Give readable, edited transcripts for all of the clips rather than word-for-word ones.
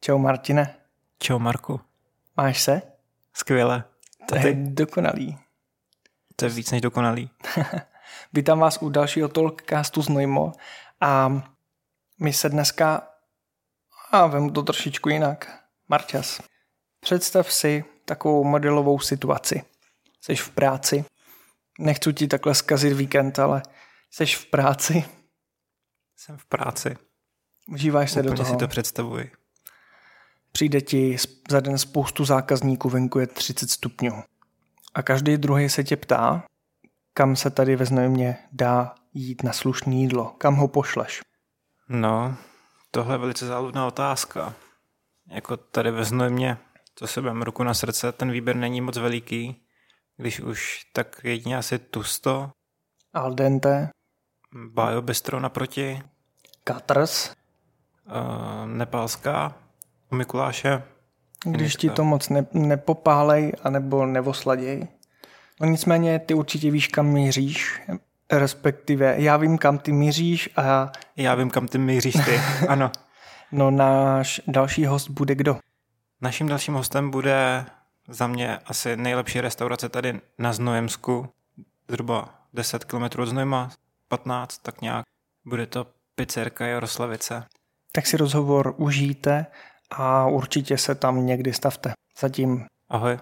Čau Martine. Čau Marku. Máš se? Skvěle. To je dokonalý. To je víc než dokonalý. Vítám vás u dalšího Talkcastu z Nojmo a my se dneska, vemu to trošičku jinak, Marťas, představ si takovou modelovou situaci. Jseš v práci, nechci ti takhle zkazit víkend, ale jseš v práci. Jsem v práci. Užíváš se Úplně do toho. si to představuji. Přijde ti za den spoustu zákazníků, venku je 30 stupňů. A každý druhý se tě ptá, kam se tady ve Znojmě dá jít na slušné jídlo. Kam ho pošleš? No, tohle je velice záludná otázka. Jako tady ve Znojmě, to se budeme ruku na srdce, ten výběr není moc veliký. Když už, tak jedině asi Tusto, Al dente, Bajo Bistro naproti, Katrs. Nepálská, u Mikuláše. Když ti to moc nepopálej anebo nevosladěj. No nicméně ty určitě víš, kam míříš, respektive já vím, kam ty míříš a... Já vím, kam ty míříš ty, ano. No náš další host bude kdo? Naším dalším hostem bude za mě asi nejlepší restaurace tady na Znojemsku. Zhruba 10 km od Znojma, 15, tak nějak. Bude to pizzerka Jaroslavice. Tak si rozhovor užijte a určitě se tam někdy stavte. Zatím. Ahoj.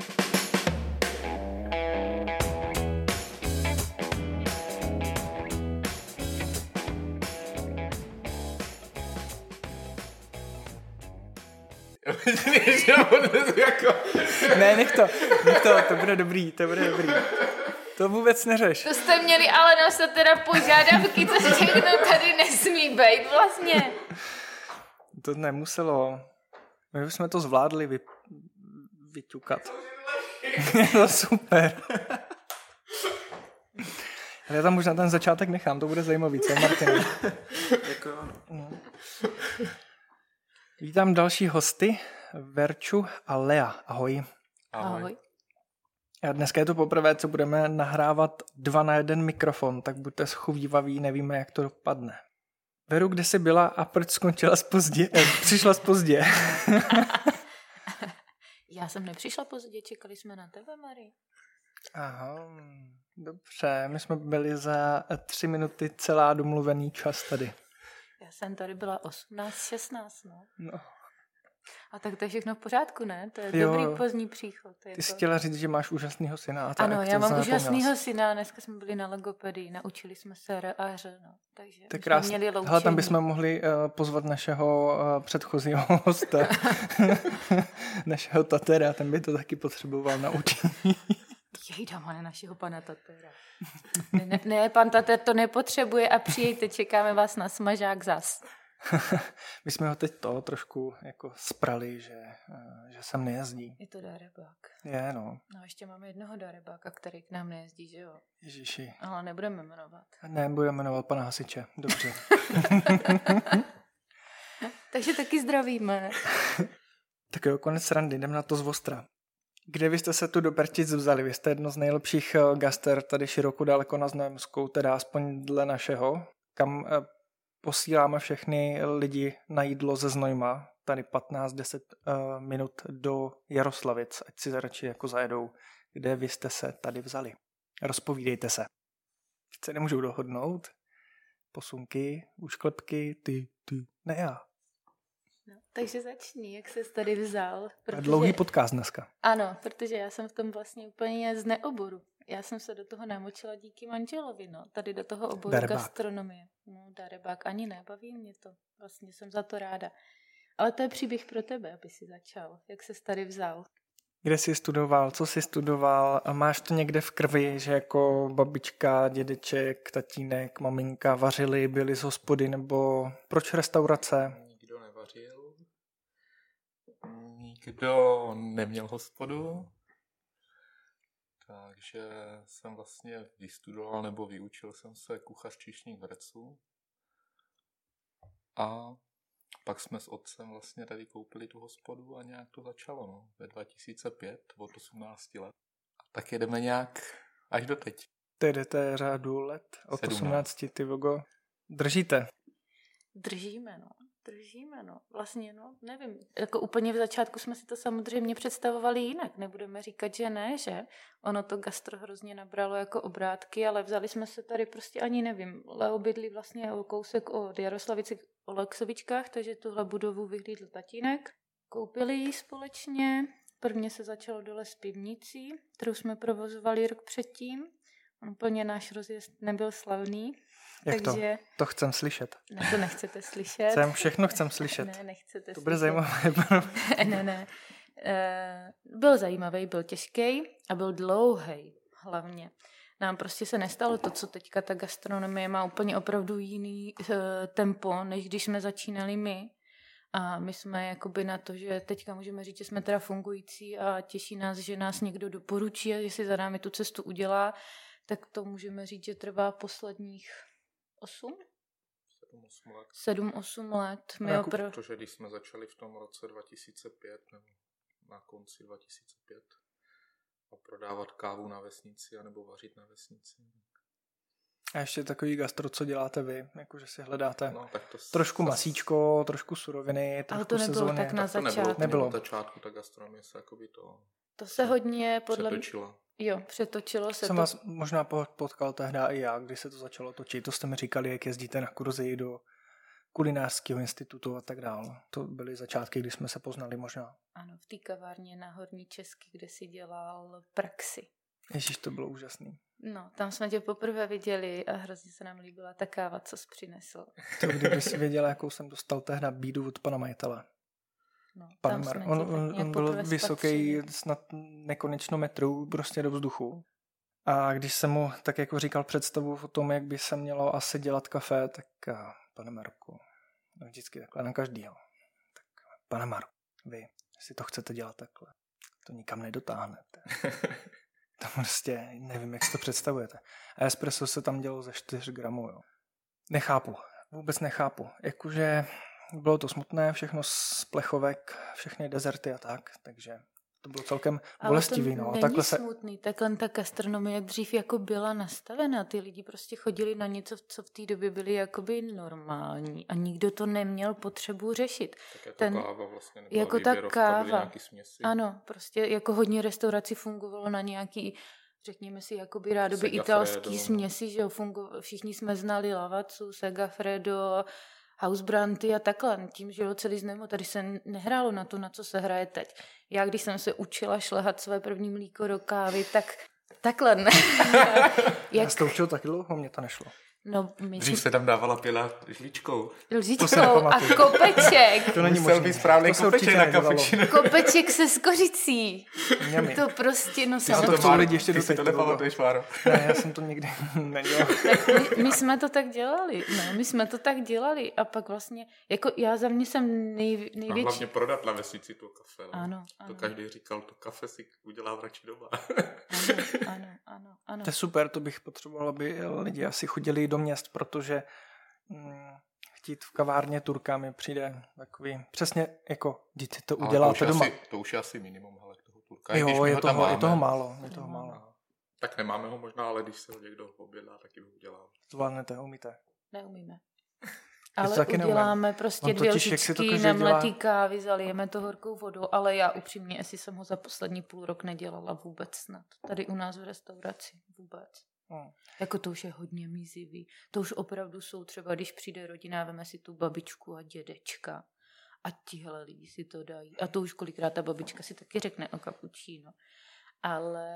Ne, nech to bude dobrý. To vůbec neřeš. To jste měli ale napsat teda požádavky, co všechno tady nesmí být vlastně. To nemuselo. My už jsme to zvládli vyťukat. Je to super. Ale já tam možná ten začátek nechám, to bude zajímavý, co Martin? No. Vítám další hosty, Verču a Lea. Ahoj. Ahoj. A dneska je to poprvé, co budeme nahrávat 2 na 1 mikrofon, tak buďte schovývaví, nevíme, jak to dopadne. Veru, kde jsi byla a proč skončila přišla pozdě? Já jsem nepřišla pozdě, čekali jsme na tebe, Marie. Aha, dobře, my jsme byli za 3 minuty celá domluvený čas tady. Já jsem tady byla 18:16, no. No. A tak to je všechno v pořádku, ne? To je Jo. dobrý pozdní příchod. Ty jsi chtěla říct, že máš úžasnýho syna. A tak, Ano, to já mám jsem úžasnýho syna, dneska jsme byli na logopedii, naučili jsme se R a Ř, no. Takže tak jsme krásně. měli loučení. Hele, tam bychom mohli pozvat našeho předchozího hosta, našeho Tatera, ten by to taky potřeboval naučit. Jejda, má našeho pana Tatera. Ne, pan Tater to nepotřebuje a přijďte, čekáme vás na smažák zas. My jsme ho teď trošku jako sprali, že sem nejezdí. Je to darebák. Je, no. No ještě máme jednoho darebáka, který k nám nejezdí, že jo? Ježiši. Ale nebudeme jmenovat. Nebudeme jmenovat pana hasiče. Dobře. Takže taky zdravíme. Tak jo, konec srandy, jdem na to zvostra. Kde vy jste se tu do Pertic vzali? Vy jste jedno z nejlepších gaster tady široko daleko na Znojemsku, teda aspoň dle našeho, kam posíláme všechny lidi na jídlo ze Znojma, tady 15-10 minut do Jaroslavic, ať si radši jako zajedou. Kde vy jste se tady vzali? Rozpovídejte se. Se nemůžou dohodnout. Posunky, úšklepky, ty, ne já. No, takže začni, jak ses tady vzal. Protože... Dlouhý podcast dneska. Ano, protože já jsem v tom vlastně úplně z neoboru. Já jsem se do toho namočila díky manželovi, no. Tady do toho oboru darebák. Gastronomie. No, darebák ani ne, baví mě to. Vlastně jsem za to ráda. Ale to je příběh pro tebe, aby si začal. Jak ses tady vzal? Kde jsi studoval, co jsi studoval a máš to někde v krvi, že jako babička, dědeček, tatínek, maminka vařili, byli z hospody, nebo proč restaurace? Nikdo nevařil, nikdo neměl hospodu, takže jsem vlastně vystudoval nebo vyučil jsem se kuchař číšník v Hradcu a pak jsme s otcem vlastně tady koupili tu hospodu a nějak to začalo, no, ve 2005, od 18 let. A tak jedeme nějak až do teď. Jdete řádu let, od 17. 18, ty vogo. Držíte? Držíme, no. držíme, no. Vlastně, no, nevím. Jako úplně v začátku jsme si to samozřejmě představovali jinak. Nebudeme říkat, že ne, že? Ono to gastro hrozně nabralo jako obrátky, ale vzali jsme se tady prostě ani nevím. Leo bydlí vlastně o kousek od Jaroslavice o Leksovičkách, takže tuhle budovu vyhlídl tatínek. Koupili ji společně. Prvně se začalo dole s pivnicí, kterou jsme provozovali rok předtím. Úplně náš rozjezd nebyl slavný. Jak takže... to chcem slyšet. Ne, to nechcete slyšet. Všechno chcem slyšet. Ne, nechcete to bude slyšet. zajímavé. ne. Byl zajímavý, byl těžký a byl dlouhý hlavně. Nám prostě se nestalo to, co teďka ta gastronomie má úplně opravdu jiný tempo, než když jsme začínali my. A my jsme jakoby na to, že teďka můžeme říct, že jsme teda fungující a těší nás, že nás někdo doporučí a že si za námi tu cestu udělá, tak to můžeme říct, že trvá posledních 7-8 let. Protože když jsme začali v tom roce 2005 nebo na konci 2005 a prodávat kávu na vesnici anebo vařit na vesnici. A ještě takový gastro, co děláte vy, jakože si hledáte tak trošku masíčko, trošku suroviny, trošku to nebylo sezóny. Tak na začátku. Nebylo. Na začátku ta gastronomie se jakoby to se hodně přetočilo. Jo, přetočilo se Jsem vás možná potkal tehdy i já, když se to začalo točit. To jste mi říkali, jak jezdíte na kurzy do kulinářského institutu a tak dále. To byly začátky, kdy jsme se poznali možná. Ano, v té kavárně na Horní Česky, kde si dělal praxi. Ježíš, to bylo úžasný. No, tam jsme tě poprvé viděli a hrozně se nám líbila ta káva, co jsi přinesl. To kdyby si věděla, jakou jsem dostal tehdy bídu od pana majitele. No, Pan on byl vysoký snad nekonečno metrů prostě do vzduchu. A když jsem mu tak jako říkal představu o tom, jak by se mělo asi dělat kafe, tak pane Marku, vždycky takhle na každýho. Tak pane Marku, vy si to chcete dělat takhle, to nikam nedotáhnete. To prostě nevím, jak si to představujete. A espresso se tam dělo ze 4 gramů, jo. Nechápu, vůbec nechápu. Jakože bylo to smutné, všechno z plechovek, všechny dezerty a tak, takže to bylo celkem bolestivý. Ale to není smutný, takhle ta gastronomie dřív jako byla nastavená. Ty lidi prostě chodili na něco, co v té době byly jakoby normální a nikdo to neměl potřebu řešit. Tak jako káva vlastně, nebo jako ta káva. Ano, prostě jako hodně restaurací fungovalo na nějaký, řekněme si, jakoby rádoby italský směsi, že jo, všichni jsme znali Lavazzu, Segafredo, Hausbrandy a takhle. Tím, že jo, celý znemo, tady se nehrálo na to, na co se hraje teď. Já, když jsem se učila šlehat své první mlíko do kávy, tak takhle ne. Já jsem to učil taky dlouho, mně to nešlo. No, dřív se tam dávala pila lžičkou. Lžičkou a kopeček. To není musel být správný kopeček na kapučino. Kopeček se skořicí. To prostě, no samozřejmě. Ty si to nepamatuješ, Máro? Ne, já jsem to nikdy nedělal. My jsme to tak dělali. No, my jsme to tak dělali. A pak vlastně, jako já za mě jsem největší. A hlavně prodat na vesnici to kafe. No. Ano. To každý říkal, to kafe si udělá radši doma. Ano. To je super, to bych potřeboval, aby lidi asi chodili do měst, protože chtít v kavárně Turka mi přijde takový, přesně jako, když to uděláte doma. To už je asi minimum, hele, toho Turka. Jo, je toho málo. Tak nemáme ho možná, ale když se ho někdo objedná, tak ho udělá. Zvládnete, umíte? Neumíme. Ale uděláme prostě 2 lžičky namletý kávy, zalijeme to horkou vodou, ale já upřímně, jestli jsem ho za poslední půl rok nedělala vůbec snad. Tady u nás v restauraci vůbec. Jako to už je hodně mizivý. To už opravdu jsou třeba, když přijde rodina, veme si tu babičku a dědečka a tihle lidi si to dají. A to už kolikrát ta babička si taky řekne o kapučíno. Ale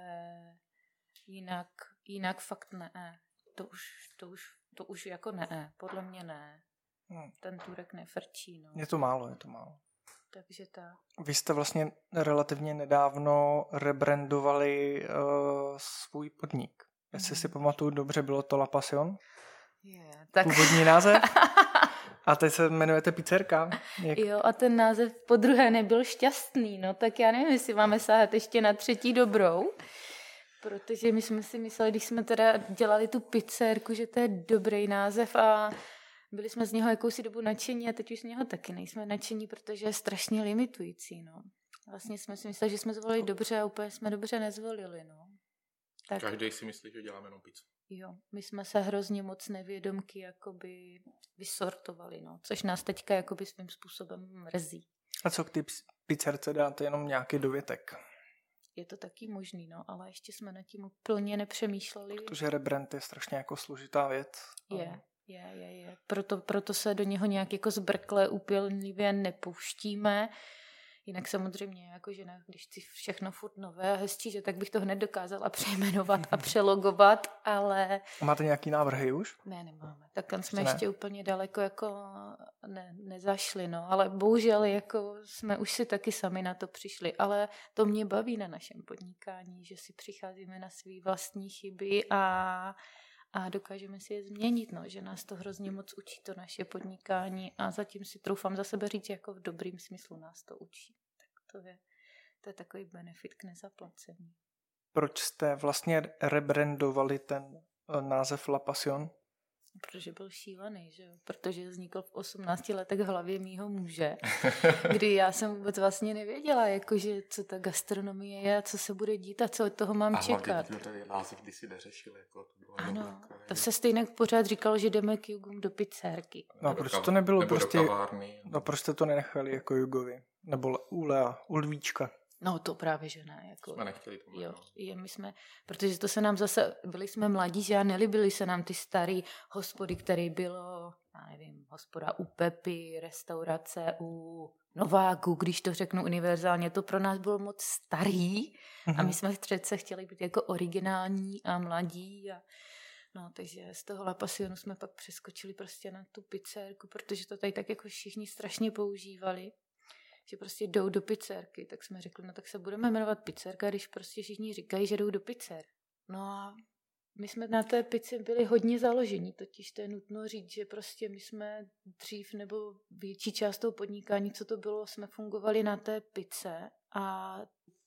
jinak fakt ne. To už jako ne. Podle mě ne. Ten Turek nefrčí. No. Je to málo. Takže tak. Vy jste vlastně relativně nedávno rebrandovali svůj podnik. Jestli si pamatuju dobře, bylo to La Passion? Tak. Původní název? A teď se jmenujete Pizzerka? Jo, a ten název podruhé nebyl šťastný, no tak já nevím, jestli máme sáhat ještě na 3. dobrou, protože my jsme si mysleli, když jsme teda dělali tu pizzerku, že to je dobrý název a byli jsme z něho jakousi dobu nadšení a teď už z něho taky nejsme nadšení, protože je strašně limitující, no. Vlastně jsme si mysleli, že jsme zvolili dobře a úplně jsme dobře nezvolili, no. Tak. Každý si myslí, že děláme jenom pizzu. Jo, my jsme se hrozně moc nevědomky jakoby vysortovali, no, což nás teďka jakoby svým způsobem mrzí. A co k ty pizzerce dáte jenom nějaký dovětek? Je to taky možný, no, ale ještě jsme nad tím úplně nepřemýšleli. Protože rebrand je strašně jako složitá věc. Je. Proto se do něho nějak jako zbrkle úplně nepouštíme. Jinak samozřejmě, jako žena, když chci všechno furt nové a hezčí, že tak bych to hned dokázala přejmenovat a přelogovat, ale... A máte nějaký návrhy už? Ne, nemáme. Tak tam jsme ještě úplně daleko jako nezašli, no. Ale bohužel jako jsme už si taky sami na to přišli. Ale to mě baví na našem podnikání, že si přicházíme na svý vlastní chyby a dokážeme si je změnit, no, že nás to hrozně moc učí, to naše podnikání a zatím si troufám za sebe říct, jako v dobrým smyslu nás to učí. Tak to je takový benefit k nezaplacení. Proč jste vlastně rebrandovali ten název La Passion? Protože byl šílený, že jo? Protože vznikl v 18 letech v hlavě mýho muže, kdy já jsem vůbec vlastně nevěděla, jakože, co ta gastronomie je a co se bude dít a co od toho mám čekat. A hlavně název kdysi neřešili. Jako to bylo ano, to se stejně pořád říkalo, že jdeme k jugům do pizzerky. No proč to nebylo nebo prostě... do kavárny. No proč jste to nenechali jako jugovi? Nebo u Lea, u Lvíčka? No to právě, že ne. Jako, jsme nechtěli to jo, my jsme, protože to se nám zase, byli jsme mladí, že a nelíbily se nám ty staré hospody, které bylo, já nevím, hospoda u Pepy, restaurace u Nováku, když to řeknu univerzálně, to pro nás bylo moc starý a my jsme přece chtěli být jako originální a mladí a no, takže z toho La Passionu jsme pak přeskočili prostě na tu pizzerku, protože to tady tak jako všichni strašně používali, že prostě jdou do pizzerky, tak jsme řekli, no tak se budeme jmenovat pizzerka, když prostě všichni říkají, že jdou do pizzer. No a my jsme na té pizzi byli hodně založení, totiž to je nutno říct, že prostě my jsme dřív nebo větší část toho podnikání, co to bylo, jsme fungovali na té pizze a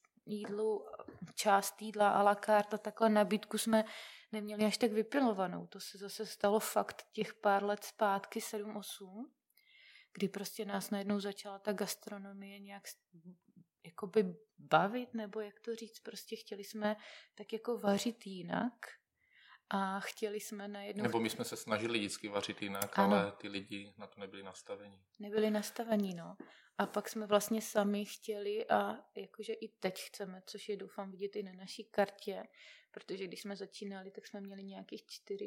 část jídla à la carte a takhle nabídku jsme neměli až tak vypilovanou. To se zase stalo fakt těch pár let zpátky, 7-8, kdy prostě nás najednou začala ta gastronomie nějak jakoby bavit, nebo jak to říct, prostě chtěli jsme tak jako vařit jinak a chtěli jsme najednou... Nebo my jsme se snažili vždycky vařit jinak, ano. Ale ty lidi na to nebyli nastavení. Nebyli nastavení, no. A pak jsme vlastně sami chtěli a jakože i teď chceme, což je doufám vidět i na naší kartě, protože když jsme začínali, tak jsme měli nějakých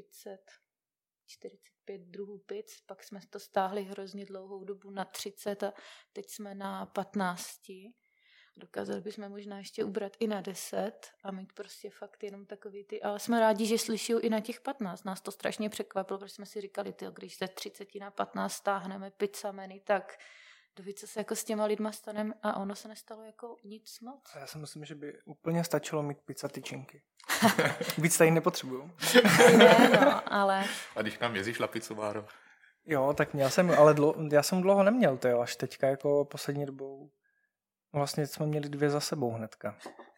45 druhů pizz, pak jsme to stáhli hrozně dlouhou dobu na 30 a teď jsme na 15. Dokázali bychom možná ještě ubrat i na 10 a mít prostě fakt jenom takový ty, ale jsme rádi, že slyší i na těch 15. Nás to strašně překvapilo, protože jsme si říkali, když ze 30 na 15 stáhneme pizzameny, tak doví, co se jako s těma lidma stanem a ono se nestalo jako nic moc. Já si myslím, že by úplně stačilo mít pizza tyčinky. Víc tady nepotřebuju. Ne, no, ale... A když nám jezdíš na pizzováru? Jo, tak měl jsem, ale já jsem dlouho neměl, to jo, až teďka jako poslední dobou. Vlastně jsme měli 2 za sebou hnedka.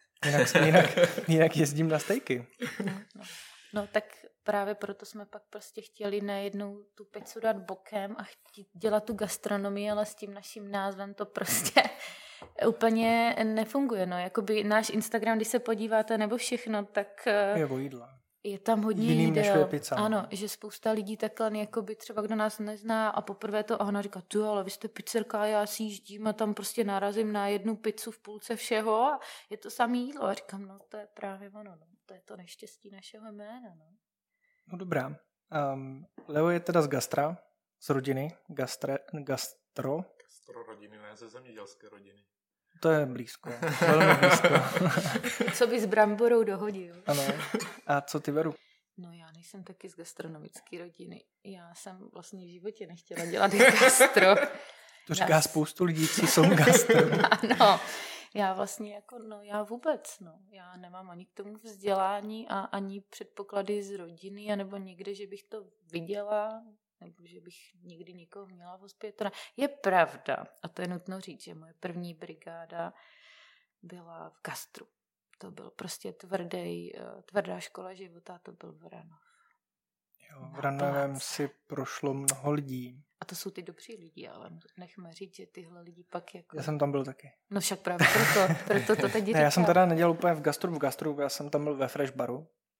Jinak jezdím na stejky. No, tak právě proto jsme pak prostě chtěli najednou tu pizzu dát bokem a chtít dělat tu gastronomii, ale s tím naším názvem to prostě úplně nefunguje. No, jakoby náš Instagram, když se podíváte nebo všechno, tak... Je o jídla. Je tam hodně jiným jídel. Než je pizza. Ano, že spousta lidí takhle jakoby třeba kdo nás nezná a poprvé to a ona říká, ale vy jste pizzerka, já si jíždím a tam prostě narazím na jednu pizzu v půlce všeho a je to samé jídlo. A říkám, no to je právě ono, no. To je to neštěstí našeho jména. No, no dobrá. Leo je teda z gastra, z rodiny, gastro. Gastro rodiny, ne ze zemědělské rodiny. To je blízko, velmi blízko. Co by s bramborou dohodil. Ano. A co ty, Veru? No já nejsem taky z gastronomické rodiny. Já jsem vlastně v životě nechtěla dělat gastro. To říká spoustu lidí, co jsou gastro. Ano, já vlastně jako, já vůbec, já nemám ani k tomu vzdělání a ani předpoklady z rodiny, anebo někde, že bych to viděla, nebo že bych někdy někoho měla v hospitale. Je pravda, a to je nutno říct, že moje první brigáda byla v gastru. To byl prostě tvrdá škola života, to byl Vranov. Jo, v Ranovém si prošlo mnoho lidí. A to jsou ty dobří lidi, ale nechme říct, že tyhle lidi pak jako... Já jsem tam byl taky. No však právě proto to teď říkám. Já jsem teda nedělal úplně v gastru, já jsem tam byl ve Fresh baru.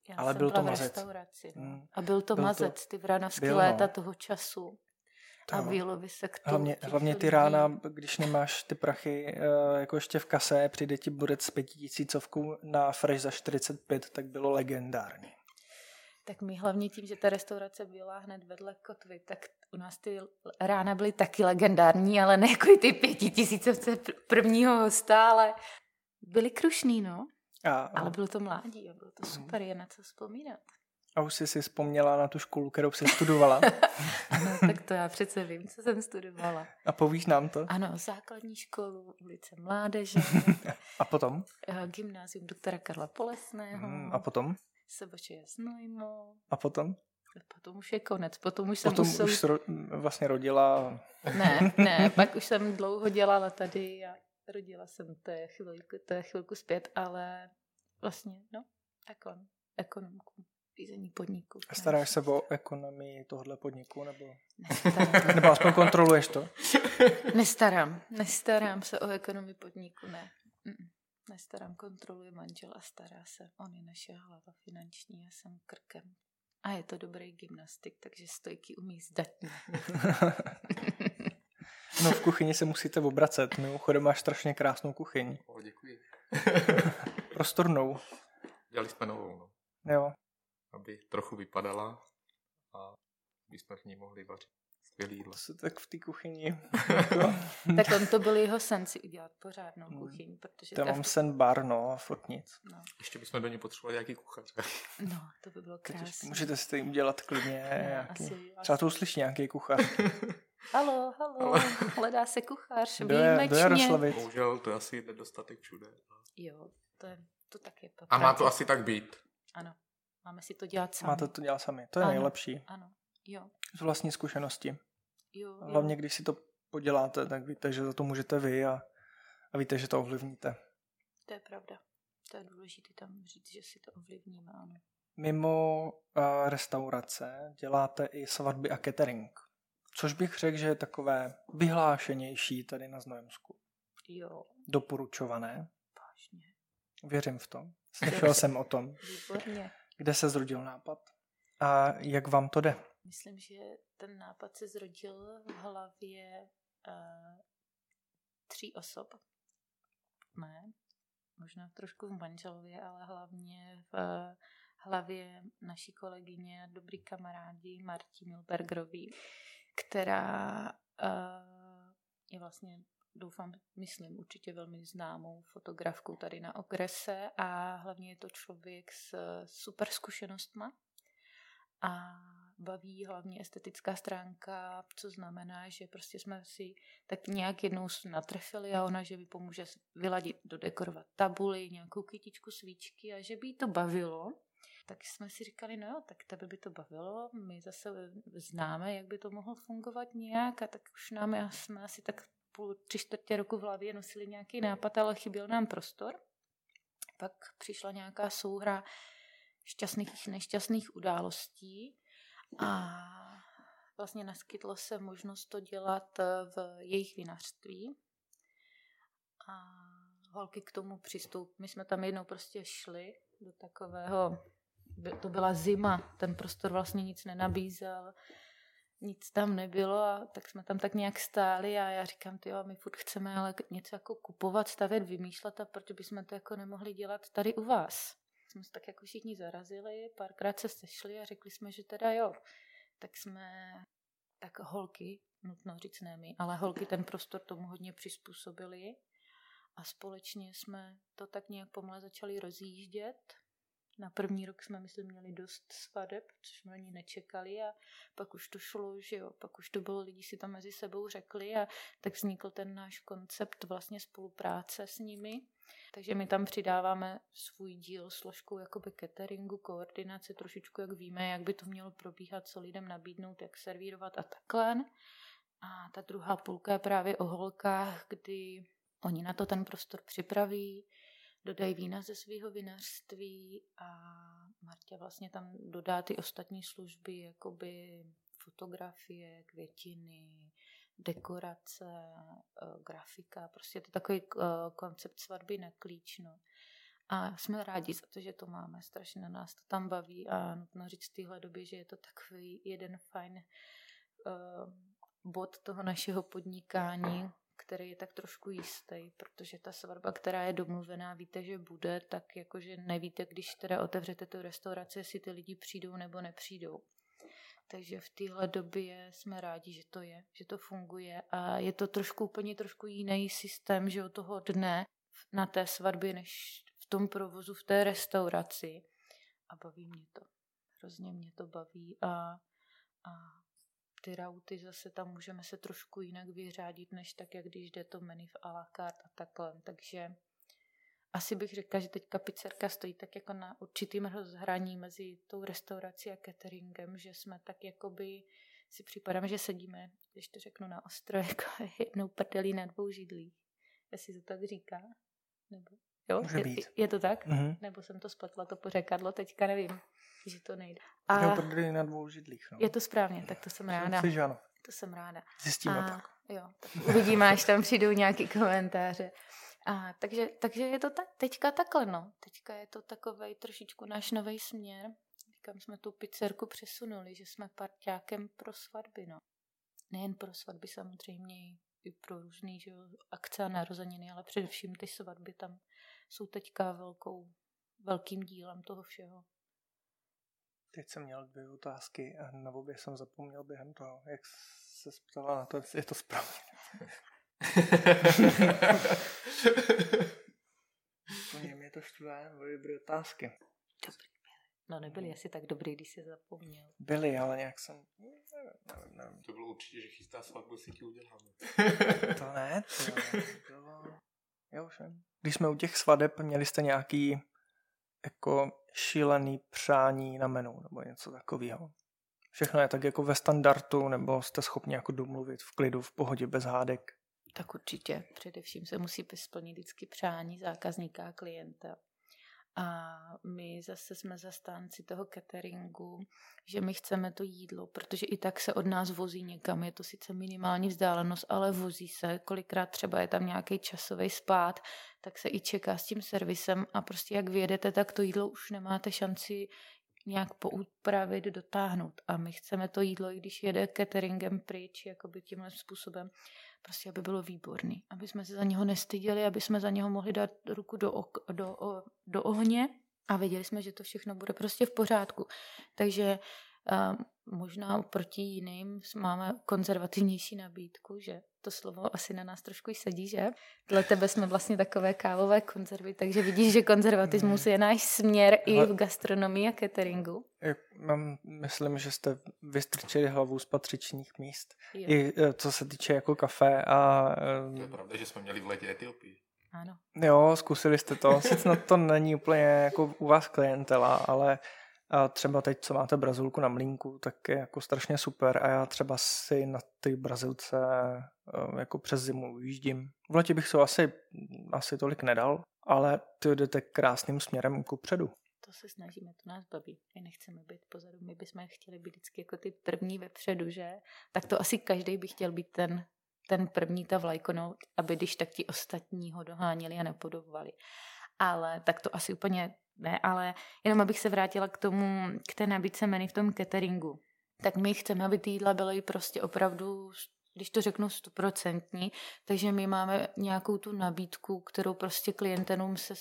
Já Ale jsem byl byla to v mazec. restauraci. No. A byl to Byl to- mazec, ty vranovský byl, no. léta toho času. To A jo. výlovy se k tomu. Hlavně ty rána, když nemáš ty prachy jako ještě v kase, přijde ti borec s 5000 na fresh za 45, tak bylo legendární. Tak my hlavně tím, že ta restaurace byla hned vedle kotvy, tak u nás ty rána byly taky legendární, ale ne jako ty 5000 prvního hosta, ale byly krušný, no. Ale bylo to mládí a bylo to super, je na co vzpomínat. A už jsi si vzpomněla na tu školu, kterou jsi studovala. Ano, tak to já přece vím, co jsem studovala. A povíš nám to? Ano, základní školu, ulice Mládeže. A potom? Gymnázium doktora Karla Polesného. A potom? Sebače Znojmo. A potom? Potom už je konec. Potom už vlastně rodila. Ne, pak už jsem dlouho dělala tady a rodila jsem to je chvilku zpět, ale vlastně, ekonomku, řízení podniku. A staráš se o ekonomii tohle podniku, nebo? Nebo aspoň kontroluješ to? Nestarám se o ekonomii podniku, ne. Nestarám, kontroluje manžel a stará se. On je naše hlava finanční, já jsem krkem. A je to dobrý gymnastik, takže stojky umí zdatně. No v kuchyni se musíte obracet. Mimochodem máš strašně krásnou kuchyň. Děkuji. Prostornou. Dělali jsme novou, no. Jo. Aby trochu vypadala a by jsme v ní mohli vařit skvělý jídlo. Tak v té kuchyni. Tak on to byl jeho sen si udělat pořádnou kuchyň, protože... To mám sen bar, no, a furt nic. No. Ještě bychom do ní potřebovali nějaký kuchař. No, to by bylo krásné. Můžete si tady udělat klidně nějaký... Třeba to uslyší nějaký kuchař. Halo, hledá se kuchař, do Jaroslavy. Bohužel to je asi nedostatek všude. Jo, to tak je. A má to asi tak být. Ano, máme si to dělat sami. Máte to dělat sami, to je nejlepší. Ano, jo. Z vlastní zkušenosti. Jo. Hlavně, když si to poděláte, tak víte, že za to můžete vy a víte, že to ovlivníte. To je pravda. To je důležité tam říct, že si to ovlivníme, ano. Mimo restaurace děláte i svatby a catering. Což bych řekl, že je takové vyhlášenější tady na Znojemsku. Jo. Doporučované. Vážně. Věřím v to. Slyšel jsem o tom. Výborně. Kde se zrodil nápad? A jak vám to jde? Myslím, že ten nápad se zrodil v hlavě 3 osob. Ne, možná trošku v manželově, ale hlavně v hlavě naší kolegyně a dobrý kamarádi Marti Milbergerový, která je vlastně, myslím určitě velmi známou fotografkou tady na okrese a hlavně je to člověk s super zkušenostma a baví hlavně estetická stránka, co znamená, že prostě jsme si tak nějak jednou natrefili a ona, že mi pomůže vyladit, dodekorovat tabuli, nějakou kytičku, svíčky a že by jí to bavilo. Tak jsme si říkali, no jo, tak tebe by to bavilo, my zase známe, jak by to mohlo fungovat nějak a tak už jsme asi tak 3/4 roku v hlavě nosili nějaký nápad, ale chyběl nám prostor. Pak přišla nějaká souhra šťastných, nešťastných událostí a vlastně naskytlo se možnost to dělat v jejich vinařství a holky k tomu přistoupily. My jsme tam jednou prostě šli do takového, to byla zima, ten prostor vlastně nic nenabízel, nic tam nebylo a tak jsme tam tak nějak stáli a já říkám, tyjo, my furt chceme ale něco jako kupovat, stavět, vymýšlet a proč bychom to jako nemohli dělat tady u vás. Jsme se tak jako všichni zarazili, párkrát se sešli a řekli jsme, že teda jo. Tak holky, nutno říct ne my, ale holky ten prostor tomu hodně přizpůsobili a společně jsme to tak nějak pomalu začali rozjíždět. Na první rok jsme, myslím, měli dost svadeb, což jsme ani nečekali a pak už to šlo, že jo, pak už to bylo, lidi si tam mezi sebou řekli a tak vznikl ten náš koncept vlastně spolupráce s nimi. Takže my tam přidáváme svůj díl složkou jakoby cateringu, koordinace, trošičku jak víme, jak by to mělo probíhat, co lidem nabídnout, jak servírovat a takhle. A ta druhá půlka je právě o holkách, kdy oni na to ten prostor připraví, dodají vína ze svého vinařství a Marta vlastně tam dodá ty ostatní služby, jakoby fotografie, květiny, dekorace, grafika, prostě to je takový koncept svatby na klíč, no. A jsme rádi za to, že to máme. Strašně na nás to tam baví a nutno říct v téhle době, že je to takový jeden fajn bod toho našeho podnikání, který je tak trošku jistý, protože ta svatba, která je domluvená, víte, že bude, tak jakože nevíte, když teda otevřete tu restauraci, jestli ty lidi přijdou nebo nepřijdou. Takže v téhle době jsme rádi, že to je, že to funguje a je to úplně trošku jiný systém, že od toho dne na té svatbě, než v tom provozu, v té restauraci. A baví mě to. Hrozně mě to baví a ty rauty zase tam můžeme se trošku jinak vyřádit, než tak, jak když jde to menu v à la carte a takhle. Takže asi bych řekla, že teďka pizzerka stojí tak jako na určitým rozhraní mezi tou restaurací a cateringem, že jsme tak jakoby si připadám, že sedíme, když to řeknu na ostro, jako jednou prdelí na dvou židlích. Jestli to tak říká? Nebo jo? Může být. Je to tak? Mm-hmm. Nebo jsem to spletla, to pořekadlo, teďka nevím, že to nejde. Jednou prdelí na dvou židlích. No. Je to správně, tak to jsem ráda. Myslím, že ano. To jsem ráda. Zjistíme pak. Jo, tak uvidíme, až tam přijdou nějaký komentáře. Takže je to teďka takhle, no. Teďka je to takovej trošičku náš nový směr. Kam jsme tu pizzerku přesunuli, že jsme parťákem pro svatby, no. Nejen pro svatby samozřejmě, i pro různý, že jo, akce a narozeniny, ale především ty svatby tam jsou teďka velkým dílem toho všeho. Teď jsem měl 2 otázky a na obě jsem zapomněl během toho, jak se ptala na to, jestli je to správně. Úplně mě to štve, byly dobré otázky. Dobrý. No nebyli asi tak dobrý, když jsi zapomněl. Byli, ale nějak jsem... Nevím. To bylo určitě, že chystá svatbu, si ti uděláme. To ne, to bylo... Já už nevím. Když jsme u těch svadeb, měli jste nějaký jako šílený přání na menu nebo něco takového? Všechno je tak jako ve standardu, nebo jste schopni jako domluvit v klidu, v pohodě, bez hádek? Tak určitě. Především se musí splnit vždycky přání zákazníka a klienta. A my zase jsme zastánci toho cateringu, že my chceme to jídlo, protože i tak se od nás vozí někam. Je to sice minimální vzdálenost, ale vozí se. Kolikrát třeba je tam nějaký časový spád, tak se i čeká s tím servisem a prostě jak vyjedete, tak to jídlo už nemáte šanci nějak poupravit, dotáhnout. A my chceme to jídlo, i když jede cateringem pryč, jakoby tímhle způsobem, prostě aby bylo výborný. Aby jsme se za něho nestyděli, aby jsme za něho mohli dát ruku do ohně a věděli jsme, že to všechno bude prostě v pořádku. Takže možná proti jiným máme konzervativnější nabídku, že to slovo asi na nás trošku sedí, že? Dle tebe jsme vlastně takové kávové konzervy, takže vidíš, že konzervatismus je náš směr i v gastronomii a cateringu. Myslím, že jste vystrčili hlavu z patřičných míst. Jo. I co se týče jako kafe a... To je pravda, že jsme měli v létě Etiopii. Ano. Jo, zkusili jste to. Sice to není úplně jako u vás klientela, ale a třeba teď, co máte Brazilku na mlýnku, tak je jako strašně super a já třeba si na ty Brazilce jako přes zimu ujíždím. V letě bych to asi tolik nedal, ale ty jdete krásným směrem kupředu. To se snažíme, to nás baví. My nechceme být pozadu, my bychom chtěli být vždycky jako ty první vepředu, že? Tak to asi každý by chtěl být ten první, ta vlajkonout, aby když tak ti ostatní ho doháněli a nepodobovali. Ale tak to asi úplně ne, ale jenom abych se vrátila k té nabídce menu v tom cateringu. Tak my chceme, aby ty jídla byly prostě opravdu, když to řeknu 100%, takže my máme nějakou tu nabídku, kterou prostě klientům se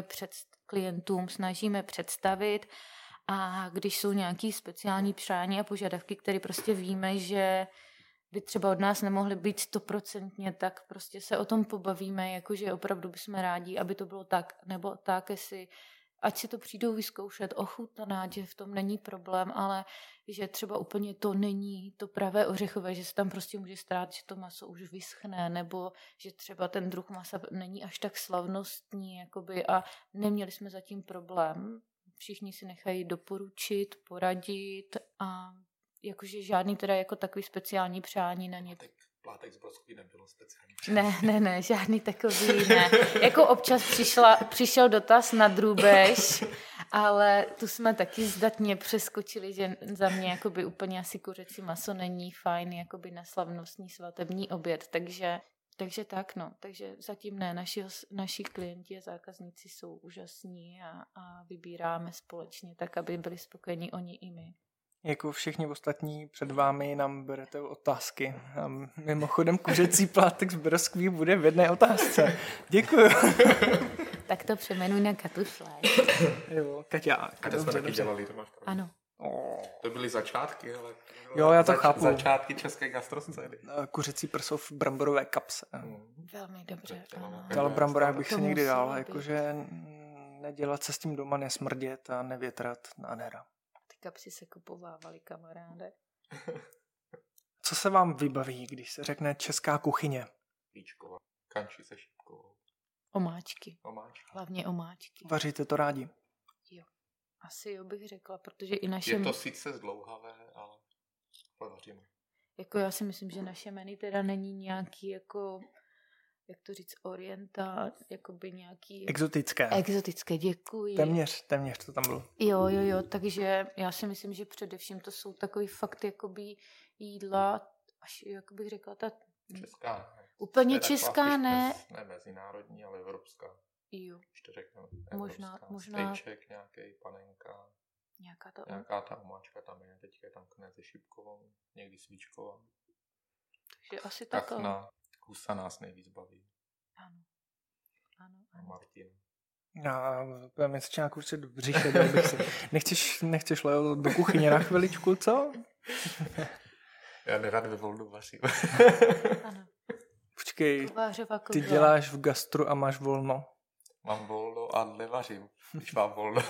snažíme představit a když jsou nějaký speciální přání a požadavky, které prostě víme, že by třeba od nás nemohly být 100%, tak prostě se o tom pobavíme, jakože opravdu bychom rádi, aby to bylo tak, nebo tak, ať si to přijdou vyzkoušet, ochutnat, že v tom není problém, ale že třeba úplně to není to pravé ořechové, že se tam prostě může stát, že to maso už vyschne, nebo že třeba ten druh masa není až tak slavnostní, jakoby, a neměli jsme zatím problém. Všichni si nechají doporučit, poradit a jakože žádný teda jako takový speciální přání na ně. Plátek z broskví nebylo speciální přání. Ne, žádný takový ne. Jako občas přišel dotaz na drůbež, ale tu jsme taky zdatně přeskočili, že za mě jakoby úplně asi kuřecí maso není fajn jakoby na slavnostní svatební oběd, takže Takže tak, no. Takže zatím ne. Naši klienti a zákazníci jsou úžasní a vybíráme společně tak, aby byli spokojení oni i my. Jako všichni ostatní před vámi nám berete otázky. A mimochodem kuřecí plátek z broskví bude v jedné otázce. Děkuju. Tak to přeměnuj na Katušle. Jo, Kaťák. A to jsme taky dělali, to máš pravdu. Ano. To byly začátky, ale... Jo, já to chápu. Začátky české gastroscény. Kuřecí prso v bramborové kapse. Velmi dobře. Ano. Ale v bramborách bych To se někdy muselo dal, být. jakože nedělat se s tím doma, nesmrdět a nevětrat, nádhera. Ty kapsy se kupovávaly, kamaráde. Co se vám vybaví, když se řekne česká kuchyně? Víčková. Kanči se šipkovou. Omáčky. Omáčka. Hlavně omáčky. Vaříte to rádi? Asi jo bych řekla, protože i naše... Je to sice zdlouhavé, ale vaříme. Jako já si myslím, že naše menu teda není nějaký jako, jak to říct, orientál, jakoby nějaký... Exotické. Exotické, děkuji. Téměř to tam bylo. Jo, takže já si myslím, že především to jsou takový fakt jakoby jídla, až jak bych řekla, ta... Česká. Úplně To je česká, taková ne. spíš ne mezinárodní, ale evropská. Jo, Když to řekneme. Možná- Stejček, nějaký panenka. nějaká ta... Nějaká ta omáčka tam je. Teďka je tam kned se šipkovou. Někdy svíčková. Takže asi takhle. Kachna. Husa nás nejvíc baví. Ano. A Martin. Já budeme si nějakou určitě v břiše, dal bych si. Nechceš Leo do kuchyně na chviličku, co? Já nerad ve volnu vařím. Ano. Počkej, Kovářová ty koule. děláš v gastru a máš volno. Mám volno a nevařím, když mám volno.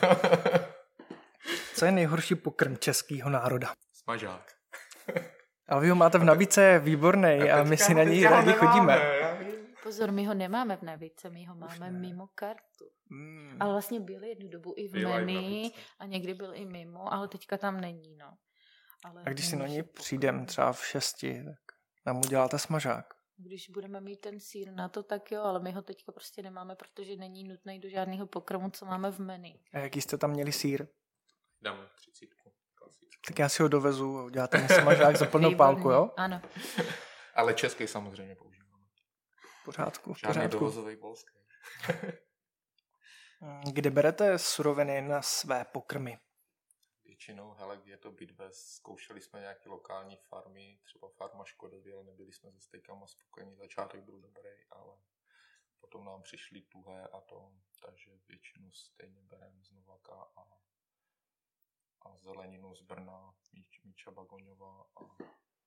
Co je nejhorší pokrm českého národa? Smažák. Ale vy ho máte v nabídce výborný a my si na něj rádi chodíme. Pozor, my ho nemáme v nabídce, my ho máme mimo kartu. Ale vlastně byl jednu dobu i v Byla i v menu nabídce. a někdy byl i mimo, ale teďka tam není, no. Ale A když si na nejhorší něj pokrm. přijdem třeba v 6, tak nám uděláte smažák. Když budeme mít ten sýr na to, tak jo, ale my ho teďka prostě nemáme, protože není nutný do žádného pokrmu, co máme v menu. A jaký jste tam měli sýr? Dám 30. Klasičku. Tak já si ho dovezu a uděláte mi smažák za plnou Výborně. pálku, jo? Ano. Ale český samozřejmě používáme. V pořádku, v Žádný pořádku. dovozový polský. Kde berete suroviny na své pokrmy? Většinou, hele, je to bitve, zkoušeli jsme nějaké lokální farmy, třeba farma Škodovy, ale nebyli jsme se stejkama spokojení. Začátek byl dobrý, ale potom nám přišly tuhé a to, takže většinu stejně bereme z Novaka a zeleninu z Brna, Míča Bagoňová a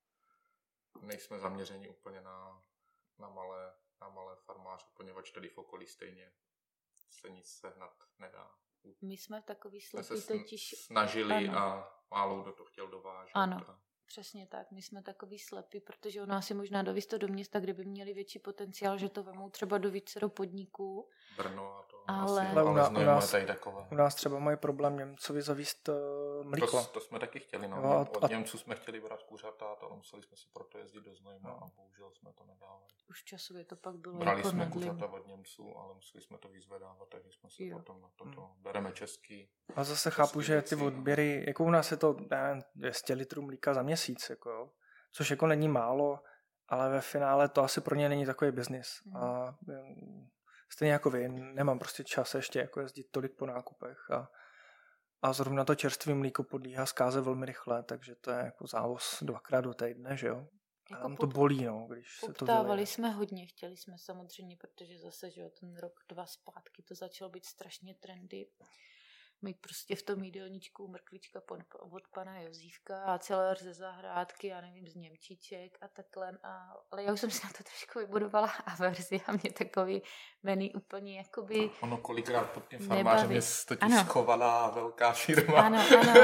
nejsme zaměřeni úplně na malé farmáře, poněvadž tady v okolí stejně se nic sehnat nedá. My jsme takový Jsme slepí se totiž... snažili Ano. a málo kdo to chtěl dovážet. Ano. A Přesně tak, my jsme takový slepí, protože u nás je možná dovízt to do města, kde by měli větší potenciál, že to vemou třeba do vícero podniků. Brno a to Ale- asi, Ale u ale Znojmo je nás- tady takové. U nás třeba mají problém Němcovi zavíst mlíko. To jsme taky chtěli. No. Jo, a- Od Němců jsme chtěli brát kuřata, ale museli jsme si proto jezdit do Znojma a bohužel jsme to nedávali. Už časově to pak bylo Brali jako jsme nadlivý. kuřata od Němců, ale museli jsme to vyzvedávat, takže jsme se Jo. potom na toto bereme český. A zase chápu, že ty věci. odběry, jako u nás je to 200 litrů mlíka za měsíc, jako jo. Což jako není málo, ale ve finále to asi pro ně není takový biznis. A stejně jako vy, nemám prostě čas ještě jako jezdit tolik po nákupech a zrovna to čerstvé mlíko podlíhá zkáze velmi rychle, takže to je jako závoz 2krát do týdne, že jo. A Jako tam to bolí, no, když se to Poptávali vylije. jsme hodně, chtěli jsme samozřejmě, protože zase, že jo, ten rok, 2 zpátky to začalo být strašně trendy. Mít prostě v tom jídelníčku mrkvička od pana Jozívka a celer ze zahrádky, já nevím, z Němčiček a takhle. Ale já už jsem si na to trošku vybudovala averzi a mě takový menu úplně jakoby... Ono kolikrát pod tím Nebaví. farmářem je totiž Ano. schovaná velká firma. Ano.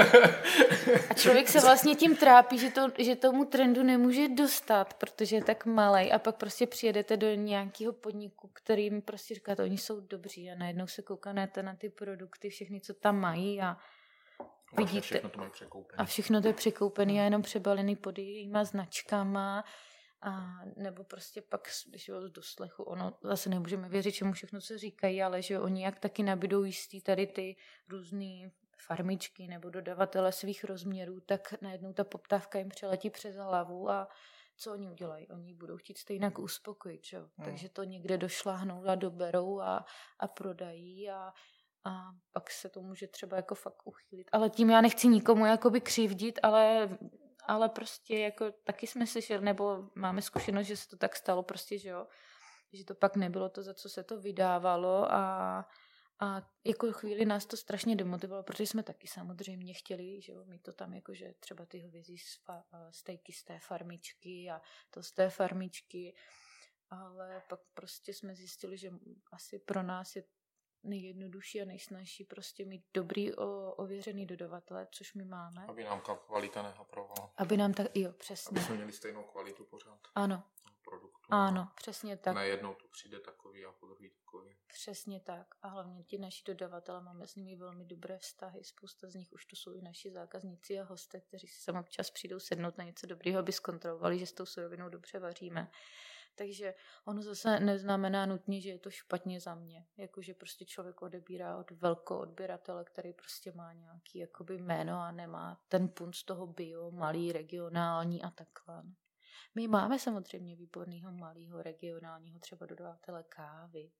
A člověk se vlastně tím trápí, že tomu trendu nemůže dostat, protože je tak malej a pak prostě přijedete do nějakého podniku, kterým prostě říkáte, oni jsou dobří a najednou se koukáte na ty produkty, všechny, co tam mají a Vlastně vidíte. všechno to mají překoupené. A všechno to je překoupené a jenom přebalený pod jejíma značkama. A nebo prostě pak, když jo, z doslechu, ono zase nemůžeme věřit, čemu všechno se říkají, ale že oni jak taky nabídou jistý tady ty různý farmičky nebo dodavatele svých rozměrů, tak najednou ta poptávka jim přeletí přes hlavu a co oni udělají? Oni budou chtít stejně uspokojit, že jo? Takže to někde došláhnou a doberou a prodají a pak se to může třeba jako fakt uchýlit. Ale tím já nechci nikomu jakoby křivdit, ale prostě jako taky jsme slyšeli, nebo máme zkušenost, že se to tak stalo prostě, že jo? Že to pak nebylo to, za co se to vydávalo a jako chvíli nás to strašně demotivovalo, protože jsme taky samozřejmě chtěli, že jo, mít to tam jako, že třeba ty hovězí stejky z té farmičky a to z té farmičky, ale pak prostě jsme zjistili, že asi pro nás je nejjednodušší a nejsnažší prostě mít dobrý ověřený dodavatele, což my máme. Aby nám kvalita nehaprovala. Aby nám tak, jo, přesně. Aby jsme měli stejnou kvalitu pořád. Ano. Produktu. Ano, přesně tak. Najednou tu přijde takový a po druhý takový. Přesně tak. A hlavně ti naši dodavatele, máme s nimi velmi dobré vztahy. Spousta z nich už to jsou i naši zákazníci a hosté, kteří si sem občas přijdou sednout na něco dobrého, aby zkontrolovali, že s tou surovinou dobře vaříme. Takže ono zase neznamená nutně, že je to špatně za mě. Jakože prostě člověk odebírá od velkého odběratele, který prostě má nějaký jakoby jméno a nemá ten punt z toho bio, malý, regionální a takhle. My máme samozřejmě výborného malého regionálního třeba dodavatele kávy.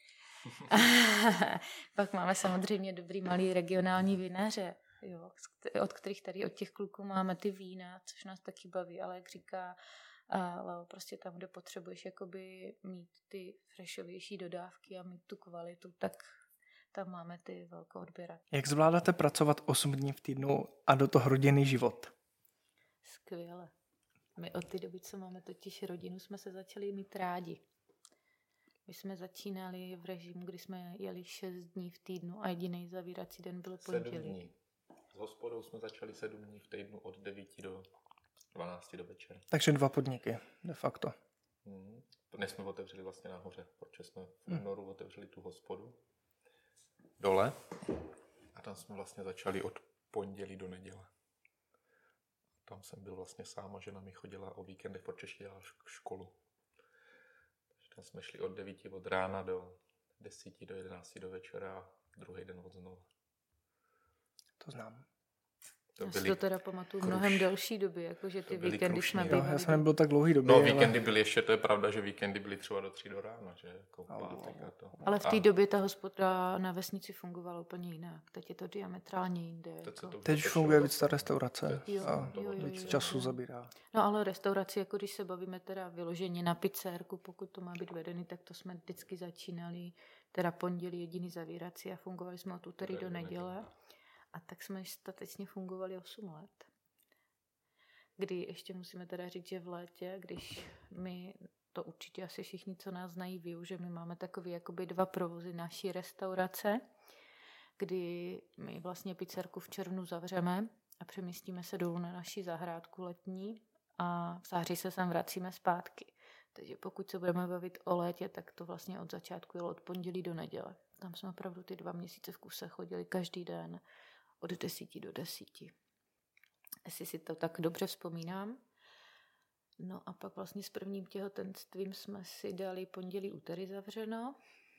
Pak máme samozřejmě dobrý malý regionální vinaře, jo, od kterých tady od těch kluků máme ty vína, což nás taky baví, ale jak říká ale prostě tam, kde potřebuješ jakoby mít ty freshovější dodávky a mít tu kvalitu, tak tam máme ty velké odběratele. Jak zvládáte pracovat 8 dní v týdnu a do toho rodinný život? Skvěle. My od té doby, co máme totiž rodinu, jsme se začali mít rádi. My jsme začínali v režimu, kdy jsme jeli 6 dní v týdnu a jediný zavírací den byl pondělí. 7 dní. S hospodou jsme začali 7 dní v týdnu od 9 do 12 do večera. Takže 2 podniky, de facto. Dnes jsme otevřeli vlastně nahoře, protože jsme v únoru otevřeli tu hospodu dole a tam jsme vlastně začali od pondělí do neděle. Tam jsem byl vlastně sám a žena mi chodila o víkendech, protože ještě dělala školu. Takže tam jsme šli od 9 od rána do 10 do 11 do večera a druhý den od znova. To znám. Já si to teda pamatuju mnohem delší doby, jakože ty víkendy jsme bývali. Já jsem nebyl tak dlouhý doby. No víkendy byly ještě, to je pravda, že víkendy byly třeba do 3 do rána, že jako pátek a to. Ale v té době ta hospoda na vesnici fungovala úplně jinak. Teď je to diametrálně jinde. Teď funguje víc ta restaurace jo, víc času zabírá. No ale restauraci, jako když se bavíme teda vyloženě na pizzérku, pokud to má být vedený, tak to jsme vždycky začínali teda pondělí jediný zavírací a fungovali jsme od úterý do neděle. A tak jsme statečně fungovali 8 let. Kdy ještě musíme teda říct, že v létě, když my, to určitě asi všichni, co nás znají, ví, že my máme takový jakoby 2 provozy naší restaurace, kdy my vlastně pizzerku v červnu zavřeme a přemístíme se dolů na naši zahrádku letní a v září se sem vracíme zpátky. Takže pokud se budeme bavit o létě, tak to vlastně od začátku jelo od pondělí do neděle. Tam jsme opravdu ty 2 měsíce v kuse chodili každý den od 10 do 10. Jestli si to tak dobře vzpomínám. No a pak vlastně s prvním těhotenstvím jsme si dali pondělí, úterý zavřeno.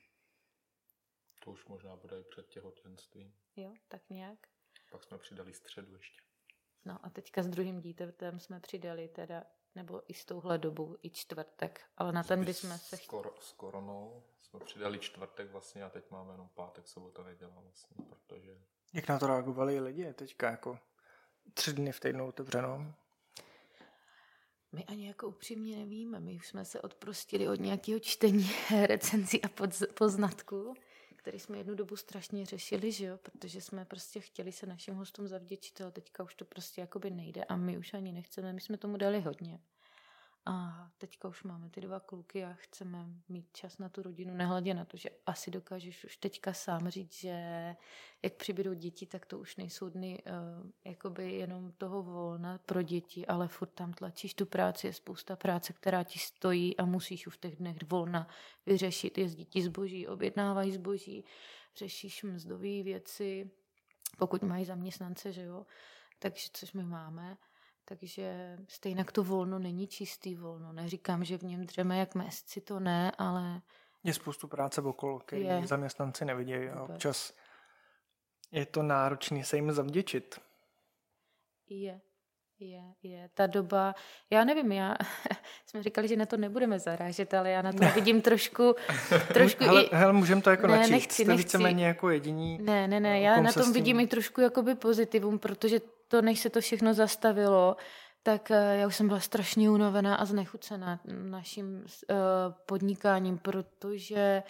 To už možná bude i před těhotenstvím. Jo, tak nějak. Pak jsme přidali středu ještě. No a teďka s druhým dítětem jsme přidali teda, nebo i s touhle dobou, i čtvrtek. Ale na ten bychom se... S koronou jsme přidali čtvrtek vlastně a teď máme jenom pátek, sobota, neděla vlastně, protože... Jak na to reagovali lidi teďka, jako 3 dny v týdnu otevřeno? My ani jako upřímně nevíme. My už jsme se odprostili od nějakého čtení recenzí a poznatků, který jsme jednu dobu strašně řešili, že jo? Protože jsme prostě chtěli se našim hostům zavděčit, ale teďka už to prostě jakoby nejde a my už ani nechceme. My jsme tomu dali hodně. A teďka už máme ty 2 kluky a chceme mít čas na tu rodinu, nehledě na to, že asi dokážeš už teďka sám říct, že jak přibydou děti, tak to už nejsou dny jakoby jenom toho volna pro děti, ale furt tam tlačíš tu práci, je spousta práce, která ti stojí a musíš už v těch dnech volna vyřešit. Jezdí ti zboží, objednávají zboží, řešíš mzdové věci, pokud mají zaměstnance, že jo, takže což my máme. Takže stejně to volno není čistý volno. Neříkám, že v něm dřeme jak mesci, to ne, ale... Je spoustu práce okolo, který zaměstnanci nevidějí a občas je to náročné se jim zavděčit. Je. Je. Ta doba, já nevím, jsme říkali, že na to nebudeme zarážet, ale já na to vidím trošku hele, můžeme to jako načít. Nechci. Víceméně jako jediní. Ne, já na tom vidím i trošku jakoby pozitivum, protože to, než se to všechno zastavilo, tak já už jsem byla strašně unavená a znechucená naším podnikáním, protože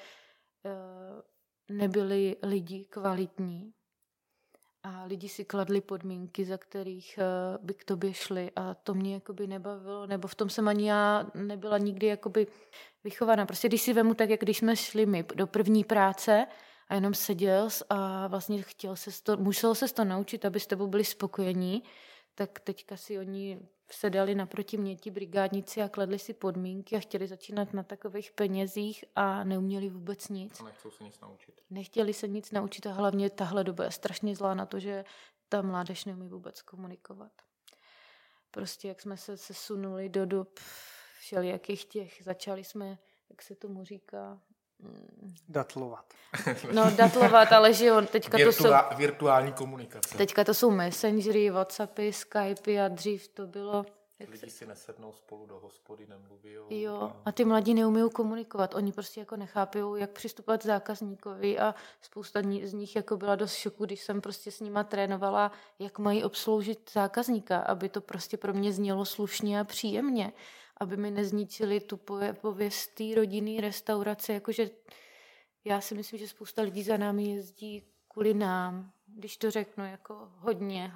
nebyli lidi kvalitní a lidi si kladli podmínky, za kterých by k tobě šli a to mě jakoby nebavilo, nebo v tom jsem ani já nebyla nikdy jakoby vychovaná. Prostě když si vemu tak, jak když jsme šli my do první práce a jenom seděl a vlastně musel ses to naučit, aby s tebou byli spokojení, tak teďka si oni sedali naproti mě ti brigádníci a kladli si podmínky a chtěli začínat na takových penězích a neuměli vůbec nic. A nechcou se nic naučit. Nechtěli se nic naučit a hlavně tahle doba je strašně zlá na to, že ta mládež neumí vůbec komunikovat. Prostě jak jsme se sesunuli do dob všelijakých začali jsme, jak se tomu říká, datlovat. No datlovat, ale že jo, teďka to jsou virtuální komunikace. Teďka to jsou messengery, WhatsAppy, Skypey a dřív to bylo... Lidi si nesednou spolu do hospody, nemluví. Jo, a ty mladí neumí komunikovat. Oni prostě jako nechápou, jak přistupovat k zákazníkovi a spousta z nich jako byla dost šoku, když jsem prostě s nima trénovala, jak mají obsloužit zákazníka, aby to prostě pro mě znělo slušně a příjemně, aby mi nezničili tu pověst té rodinné restaurace, jakože já si myslím, že spousta lidí za námi jezdí kvůli nám, když to řeknu jako hodně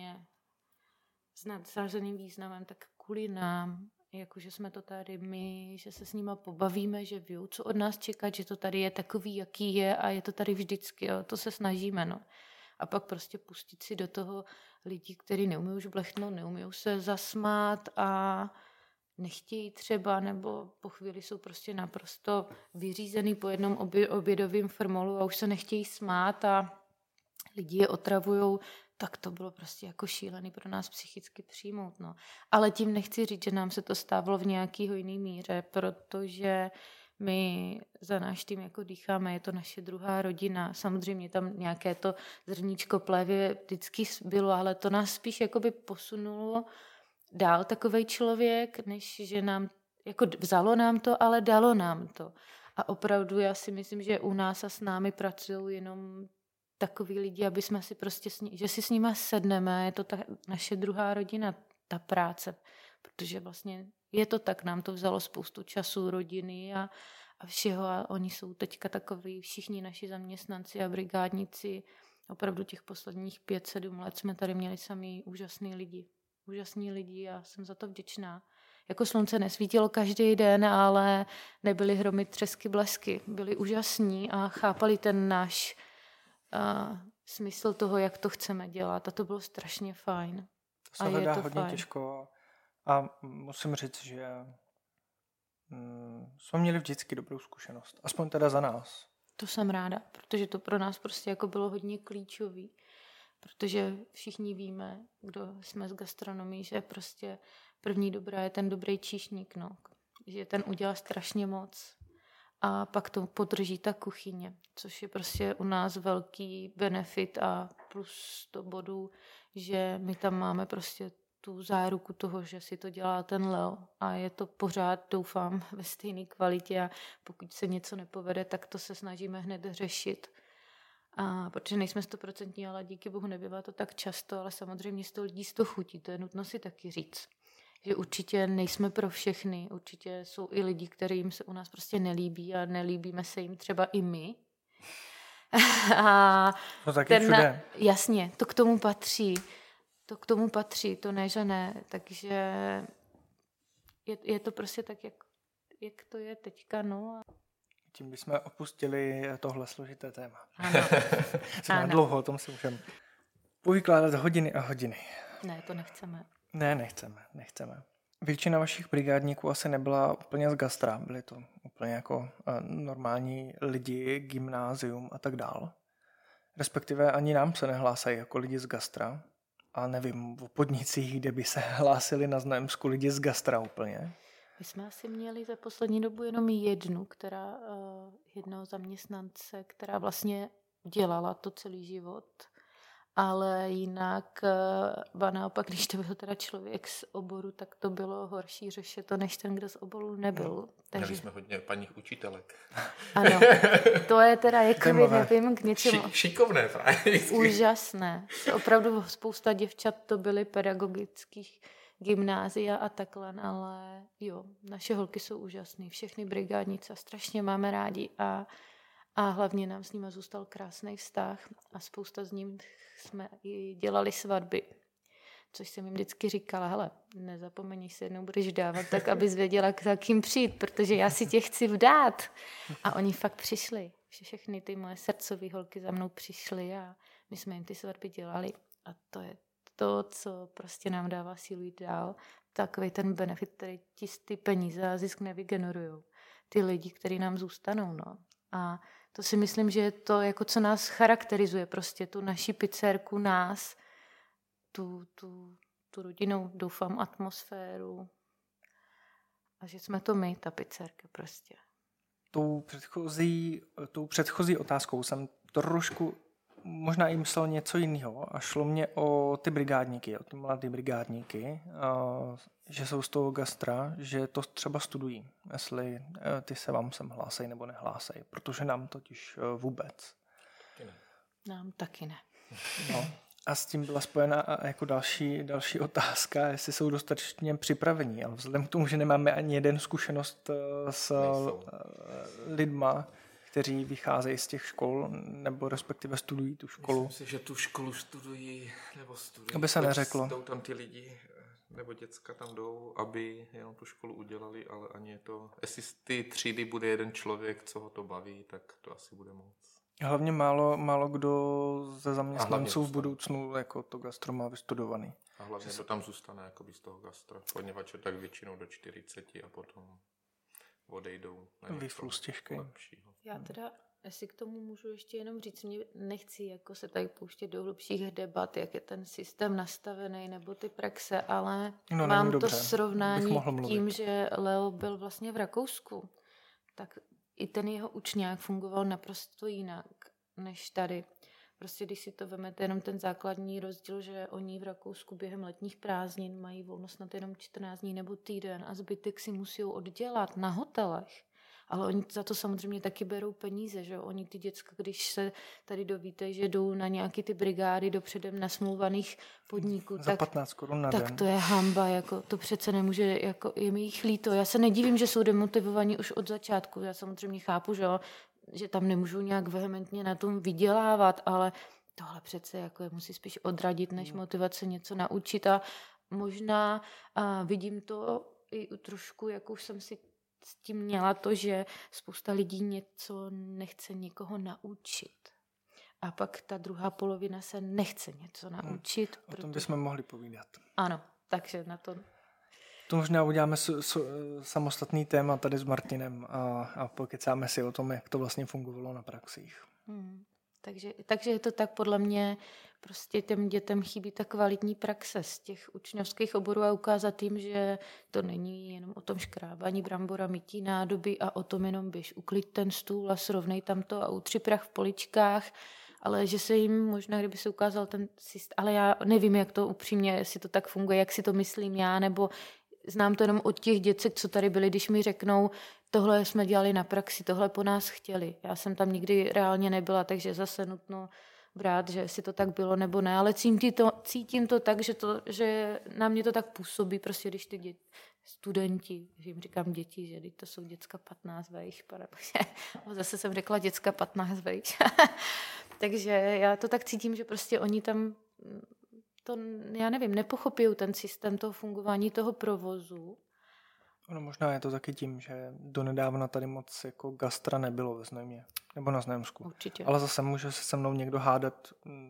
s nadsazeným významem, tak kvůli nám, jakože jsme to tady my, že se s nima pobavíme, že ví, co od nás čekat, že to tady je takový, jaký je a je to tady vždycky, jo, to se snažíme, no. A pak prostě pustit si do toho lidi, kteří neumí už blechnout, neumí se zasmát a nechtějí třeba, nebo po chvíli jsou prostě naprosto vyřízený po jednom obědovém formolu a už se nechtějí smát a lidi je otravujou, tak to bylo prostě jako šílený pro nás psychicky přijmout. No. Ale tím nechci říct, že nám se to stávalo v nějakého jiný míře, protože my za náš tým jako dýcháme, je to naše druhá rodina. Samozřejmě tam nějaké to zrníčko plevě vždycky bylo, ale to nás spíš jakoby posunulo dál takovej člověk, než že nám, jako vzalo nám to, ale dalo nám to. A opravdu já si myslím, že u nás a s námi pracují jenom takový lidi, aby jsme si prostě, že si s nima sedneme, je to ta naše druhá rodina, ta práce, protože vlastně je to tak, nám to vzalo spoustu času, rodiny a všeho a oni jsou teďka takový, všichni naši zaměstnanci a brigádníci, opravdu těch posledních 5-7 let jsme tady měli sami úžasní lidi a jsem za to vděčná. Jako slunce nesvítilo každý den, ale nebyly hromy, třesky, blesky. Byli úžasní a chápali ten náš smysl toho, jak to chceme dělat. A to bylo strašně fajn. To se hledá hodně těžko. A musím říct, že jsme měli vždycky dobrou zkušenost. Aspoň teda za nás. To jsem ráda, protože to pro nás prostě jako bylo hodně klíčový. Protože všichni víme, kdo jsme z gastronomii, že prostě první dobrá je ten dobrý číšník, no. Že ten udělá strašně moc. A pak to podrží ta kuchyně, což je prostě u nás velký benefit a plus 100 bodů, že my tam máme prostě tu záruku toho, že si to dělá ten Leo a je to pořád, doufám, ve stejné kvalitě a pokud se něco nepovede, tak to se snažíme hned řešit. A protože nejsme 100%, ale díky bohu nebývá to tak často, ale samozřejmě 100 lidí 100 chutí, to je nutno si taky říct. Že určitě nejsme pro všechny, určitě jsou i lidi, kterým se u nás prostě nelíbí a nelíbíme se jim třeba i my. A to taky všude. Jasně, to k tomu patří, to ne, že ne, takže je to prostě tak, jak to je teďka, no. Tím bychom opustili tohle složité téma. Ano. Dlouho o tom si můžeme povykládat hodiny a hodiny. Ne, to nechceme. Ne, nechceme. Většina vašich brigádníků asi nebyla úplně z gastra, byli to úplně jako normální lidi, gymnázium a tak dál. Respektive ani nám se nehlásají jako lidi z gastra. A nevím o podnicích, kde by se hlásili na Znojemsku lidi z gastra úplně. My jsme asi měli za poslední dobu jenom jednoho zaměstnance, která vlastně dělala to celý život Ale jinak, ba naopak, když to byl teda člověk z oboru, tak to bylo horší řeše to, než ten, kdo z oboru nebyl. Takže... Měli jsme hodně paních učitelek. Ano, to je teda, jako nevím, k něčemu... Šikovné právě. Úžasné. Opravdu spousta děvčat to byly pedagogických gymnázia a takhle, ale jo, naše holky jsou úžasné, všechny brigádnice a strašně máme rádi a hlavně nám s nimi zůstal krásný vztah a spousta z nich jsme i dělali svatby, což jsem jim vždycky říkala, hele, nezapomeň, se jednou budeš dávat, tak abys věděla, k kým přijít, protože já si tě chci vdát. A oni fakt přišli. Všechny ty moje srdcové holky za mnou přišly a my jsme jim ty svatby dělali a to je to, co prostě nám dává sílu jít dál, takový ten benefit, který ty peníze a zisk nevygenerujou. Ty lidi, kteří nám zůstanou, no. A to si myslím, že je to, jako co nás charakterizuje, prostě tu naši pizzerku, nás, tu rodinnou, doufám, atmosféru a že jsme to my, ta pizzerka prostě. Tou předchozí otázkou jsem trošku možná i myslel něco jiného a šlo mě o ty brigádníky, o ty mladé brigádníky, že jsou z toho gastra, že to třeba studují, jestli ty se vám sem hlásejí nebo nehlásejí, protože nám totiž vůbec. Nám taky ne. No. A s tím byla spojena jako další otázka, jestli jsou dostatečně připravení, ale vzhledem k tomu, že nemáme ani jeden zkušenost s lidma, kteří vycházejí z těch škol, nebo respektive studují tu školu. Myslím si, že tu školu studují, aby se neřeklo. Jdou tam ty lidi, nebo děcka tam jdou, aby jenom tu školu udělali, ale ani je to... Jestli z ty třídy bude jeden člověk, co ho to baví, tak to asi bude moc. Hlavně málo kdo ze zaměstnanců v budoucnu jako to gastro má vystudovaný. A hlavně to tam zůstane jakoby z toho gastra, poněvadž je tak většinou do 40 a potom odejdou na něco lepšího. Já teda, jestli k tomu můžu ještě jenom říct, mě nechci jako se tady pouštět do hlubších debat, jak je ten systém nastavený nebo ty praxe, ale mám to srovnání tím, že Leo byl vlastně v Rakousku, tak i ten jeho učňák fungoval naprosto jinak než tady. Prostě když si to vemete, jenom ten základní rozdíl, že oni v Rakousku během letních prázdnin mají volnost na jenom 14 dní nebo týden a zbytek si musí oddělat na hotelech. Ale oni za to samozřejmě taky berou peníze, že oni ty děcka, když se tady dovíte, že jdou na nějaký ty brigády do předem nasmluvaných podniků, za 15 korun na tak to je hanba, jako to přece nemůže, jako je mi jich líto. Já se nedivím, že jsou demotivovaní už od začátku. Já samozřejmě chápu, že tam nemůžou nějak vehementně na tom vydělávat, ale tohle přece jako je musí spíš odradit, než motivace něco naučit a možná vidím to i trošku, jak už jsem si s tím měla to, že spousta lidí něco nechce někoho naučit. A pak ta druhá polovina se nechce něco naučit. O tom bychom mohli povídat. Ano, takže na to... To možná uděláme samostatný téma tady s Martinem a pokecáme si o tom, jak to vlastně fungovalo na praxích. Takže je to tak podle mě, prostě těm dětem chybí ta kvalitní praxe z těch učňovských oborů a ukázat jim, že to není jenom o tom škrábání brambora, mytí nádoby a o tom jenom běž uklid ten stůl a srovnej tam to a utři prach v poličkách, ale že se jim možná, kdyby se ukázal ten systém, ale já nevím, jak to upřímně, jestli to tak funguje, jak si to myslím já, nebo znám to jenom od těch děcek, co tady byli, když mi řeknou, tohle jsme dělali na praxi, tohle po nás chtěli. Já jsem tam nikdy reálně nebyla, takže zase nutno brát, že jestli to tak bylo nebo ne, ale cítím to tak, že na mě to tak působí, prostě když ty studenti, že jim říkám děti, že to jsou děcka 15 vejš, zase jsem řekla děcka 15 vejš. Takže já to tak cítím, že prostě oni tam to, já nevím, nepochopí ten systém toho fungování toho provozu. No, možná je to taky tím, že donedávna tady moc jako gastra nebylo ve Znojmě, nebo na Znojemsku. Určitě. Ale zase může se se mnou někdo hádat,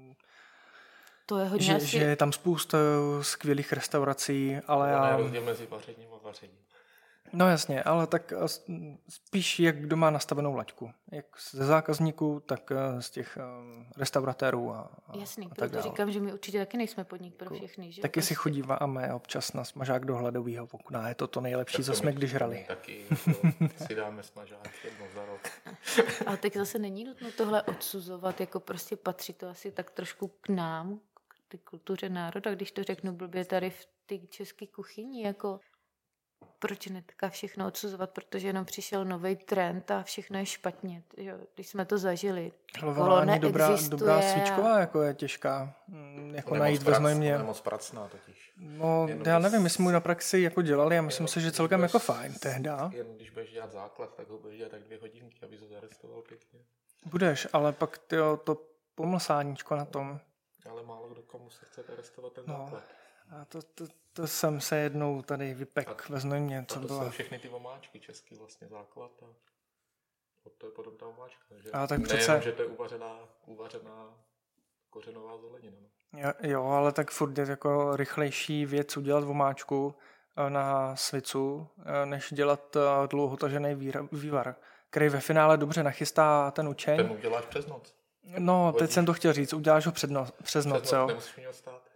to je hodně že je tam spousta skvělých restaurací, ale já... rozdíl mezi vařením a vařením. No jasně, ale tak spíš jak kdo má nastavenou laťku. Jak ze zákazníků, tak z těch restauratérů a Jasný, tak proto dále. říkám, že my určitě taky nejsme podnik pro všechny. Že? Taky si chodíváme občas na smažák do hladovýho okna. Je to nejlepší, co jsme když hrali. Taky si dáme smažák jednou za rok. Ale tak zase není nutno tohle odsuzovat, jako prostě patří to asi tak trošku k nám, k té kultuře národa, když to řeknu blbě tady v té české kuchyni, jako proč netka všechno odsuzovat, protože jenom přišel nový trend a všechno je špatně, jo, když jsme to zažili. Ale dobrá svíčková jako je těžká, jako najít ve Znojmě. Nemoc pracná totiž. No, já nevím, my jsme mu na praxi jako dělali a myslím si, že celkem jako fajn tehda. Jen když budeš dělat základ, tak ho budeš dělat tak 2 hodinky, aby to zarestoval pěkně. Budeš, ale pak to pomlsáníčko na tom. Ale málo kdo komu se chce restovat ten No. základ. A to jsem se jednou tady vypek ve Znojmě, co to byla. jsou všechny ty omáčky, český vlastně základ a to je potom ta omáčka. Takže A tak nejenom, přece... že to je uvařená kořenová zelenina. No. Jo, ale tak furt je jako rychlejší věc udělat omáčku na svicu, než dělat dlouhotažený vývar, který ve finále dobře nachystá ten učeň. Ten uděláš přes noc. No, teď jsem to chtěl říct, uděláš ho přes noc, jo. Nemusíš u něho stát.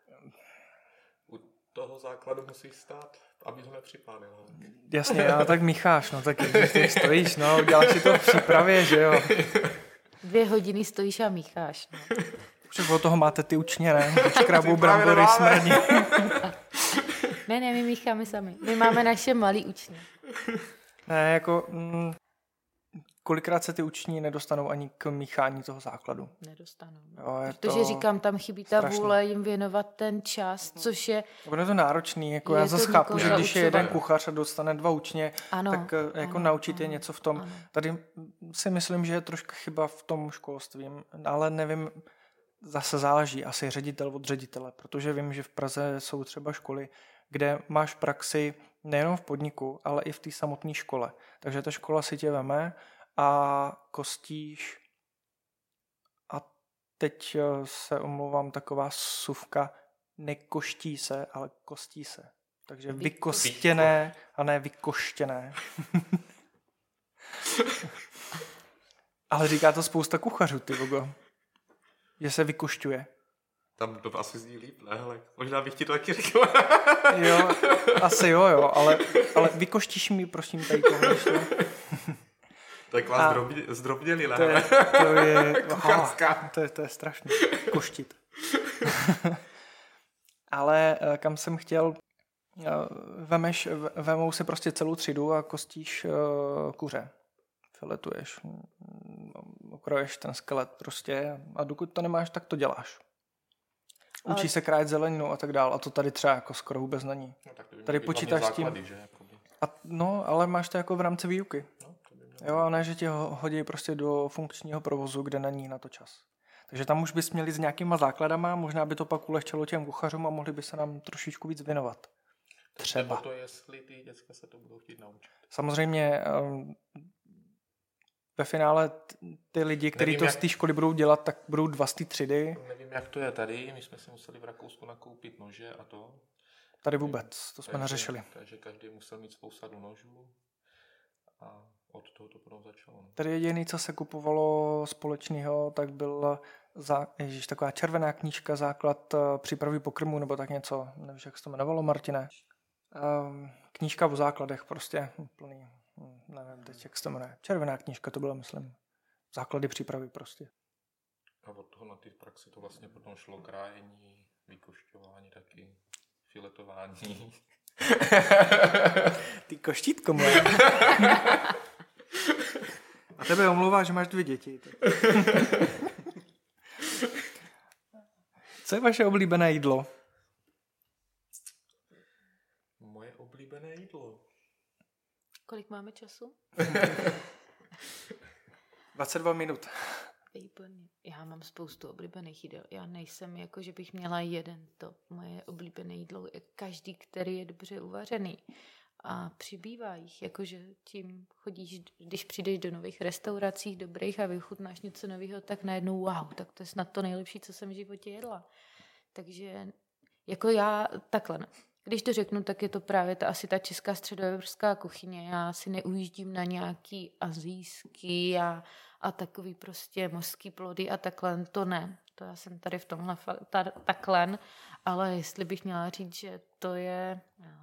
U toho základu musíš stát, aby ho nepřipálil. Jasně, ale tak mícháš, no tak když ty stojíš, no, uděláš si to v přípravě, že jo. 2 hodiny stojíš a mícháš, no. Už od toho máte ty učně, ne? Škrabou brambory, smrdí. Ne, my mícháme sami. My máme naše malý učně. Ne, jako... kolikrát se ty uční nedostanou ani k míchání toho základu? Nedostanou. Jo, protože říkám, tam chybí ta strašný. vůle jim věnovat ten čas, což je... Ono je to náročný, jako já to zase chápu, že když je naučovat. jeden kuchař a dostane 2 učně, Ano, tak jako ano, naučit je ano, něco v tom. ano. Tady si myslím, že je trošku chyba v tom školství, ale nevím, zase záleží asi ředitel od ředitele, protože vím, že v Praze jsou třeba školy, kde máš praxi nejenom v podniku, ale i v té samotné škole. Takže ta škola si tě veme a kostíš a teď se omlouvám, taková suvka, nekoští se, ale kostí se. Takže vykostěné a ne vykoštěné. Ale říká to spousta kuchařů, ty vogo. Že se vykošťuje. Tam to asi zní líp, ne? Hele, možná bych ti to taky řekl. Jo, asi jo, ale vykoštíš mi, prosím, tady tohle ještě. Tak vás zdrobněli, ne? To je kuchařská. To je strašný. Koštit. Ale kam jsem chtěl, vemou si prostě celou třídu a kostíš kuře. Filetuješ, okroješ ten skelet prostě a dokud to nemáš, tak to děláš. Učí se krájet zeleninu a tak dál a to tady třeba jako skoro vůbec není. No, tak tady počítáš s tím. Základy, že? Ale máš to jako v rámci výuky. No, jo, a ne, že tě hodí prostě do funkčního provozu, kde není na to čas. Takže tam už bys měli s nějakýma základama, možná by to pak ulehčilo těm kuchařům a mohli by se nám trošičku víc věnovat. Třeba. To, jestli ty děcka se to budou chtít naučit. Samozřejmě ve finále ty lidi, kteří to z té školy budou dělat, tak budou 2 z té třídy. Nevím, jak to je tady. My jsme si museli v Rakousku nakoupit nože a to. Tady vůbec, to jsme neřešili. Takže každý musel mít svou sadu nožů a od toho to potom začalo. No. Tady jediný, co se kupovalo společného, tak byl taková červená knížka, základ přípravy pokrmu, nebo tak něco. Nevíš, jak se to jmenovalo, Martine? Knížka o základech prostě, plný, nevím teď, jak se to jmenuje. Červená knížka to byla, myslím. Základy přípravy prostě. A od toho na ty praxi to vlastně potom šlo krájení, vykošťování taky, filetování. Ty koštítko moje. A tebe omlouvá, že máš 2 děti. Co je vaše oblíbené jídlo? Moje oblíbené jídlo? Kolik máme času? 22 minut. Výborně. Já mám spoustu oblíbených jídel. Já nejsem jako, že bych měla jeden top. Moje oblíbené jídlo je každý, který je dobře uvařený. A přibývá jich, jakože tím chodíš, když přijdeš do nových restaurací dobrých a vychutnáš něco nového, tak najednou wow, tak to je snad to nejlepší, co jsem v životě jedla. Takže jako já takhle, Když to řeknu, tak je to právě asi ta česká středoevropská kuchyně. Já si neujíždím na nějaký asijský a takový prostě mořský plody a takhle, to ne. To já jsem tady v tomhle takhle, ale jestli bych měla říct, že to je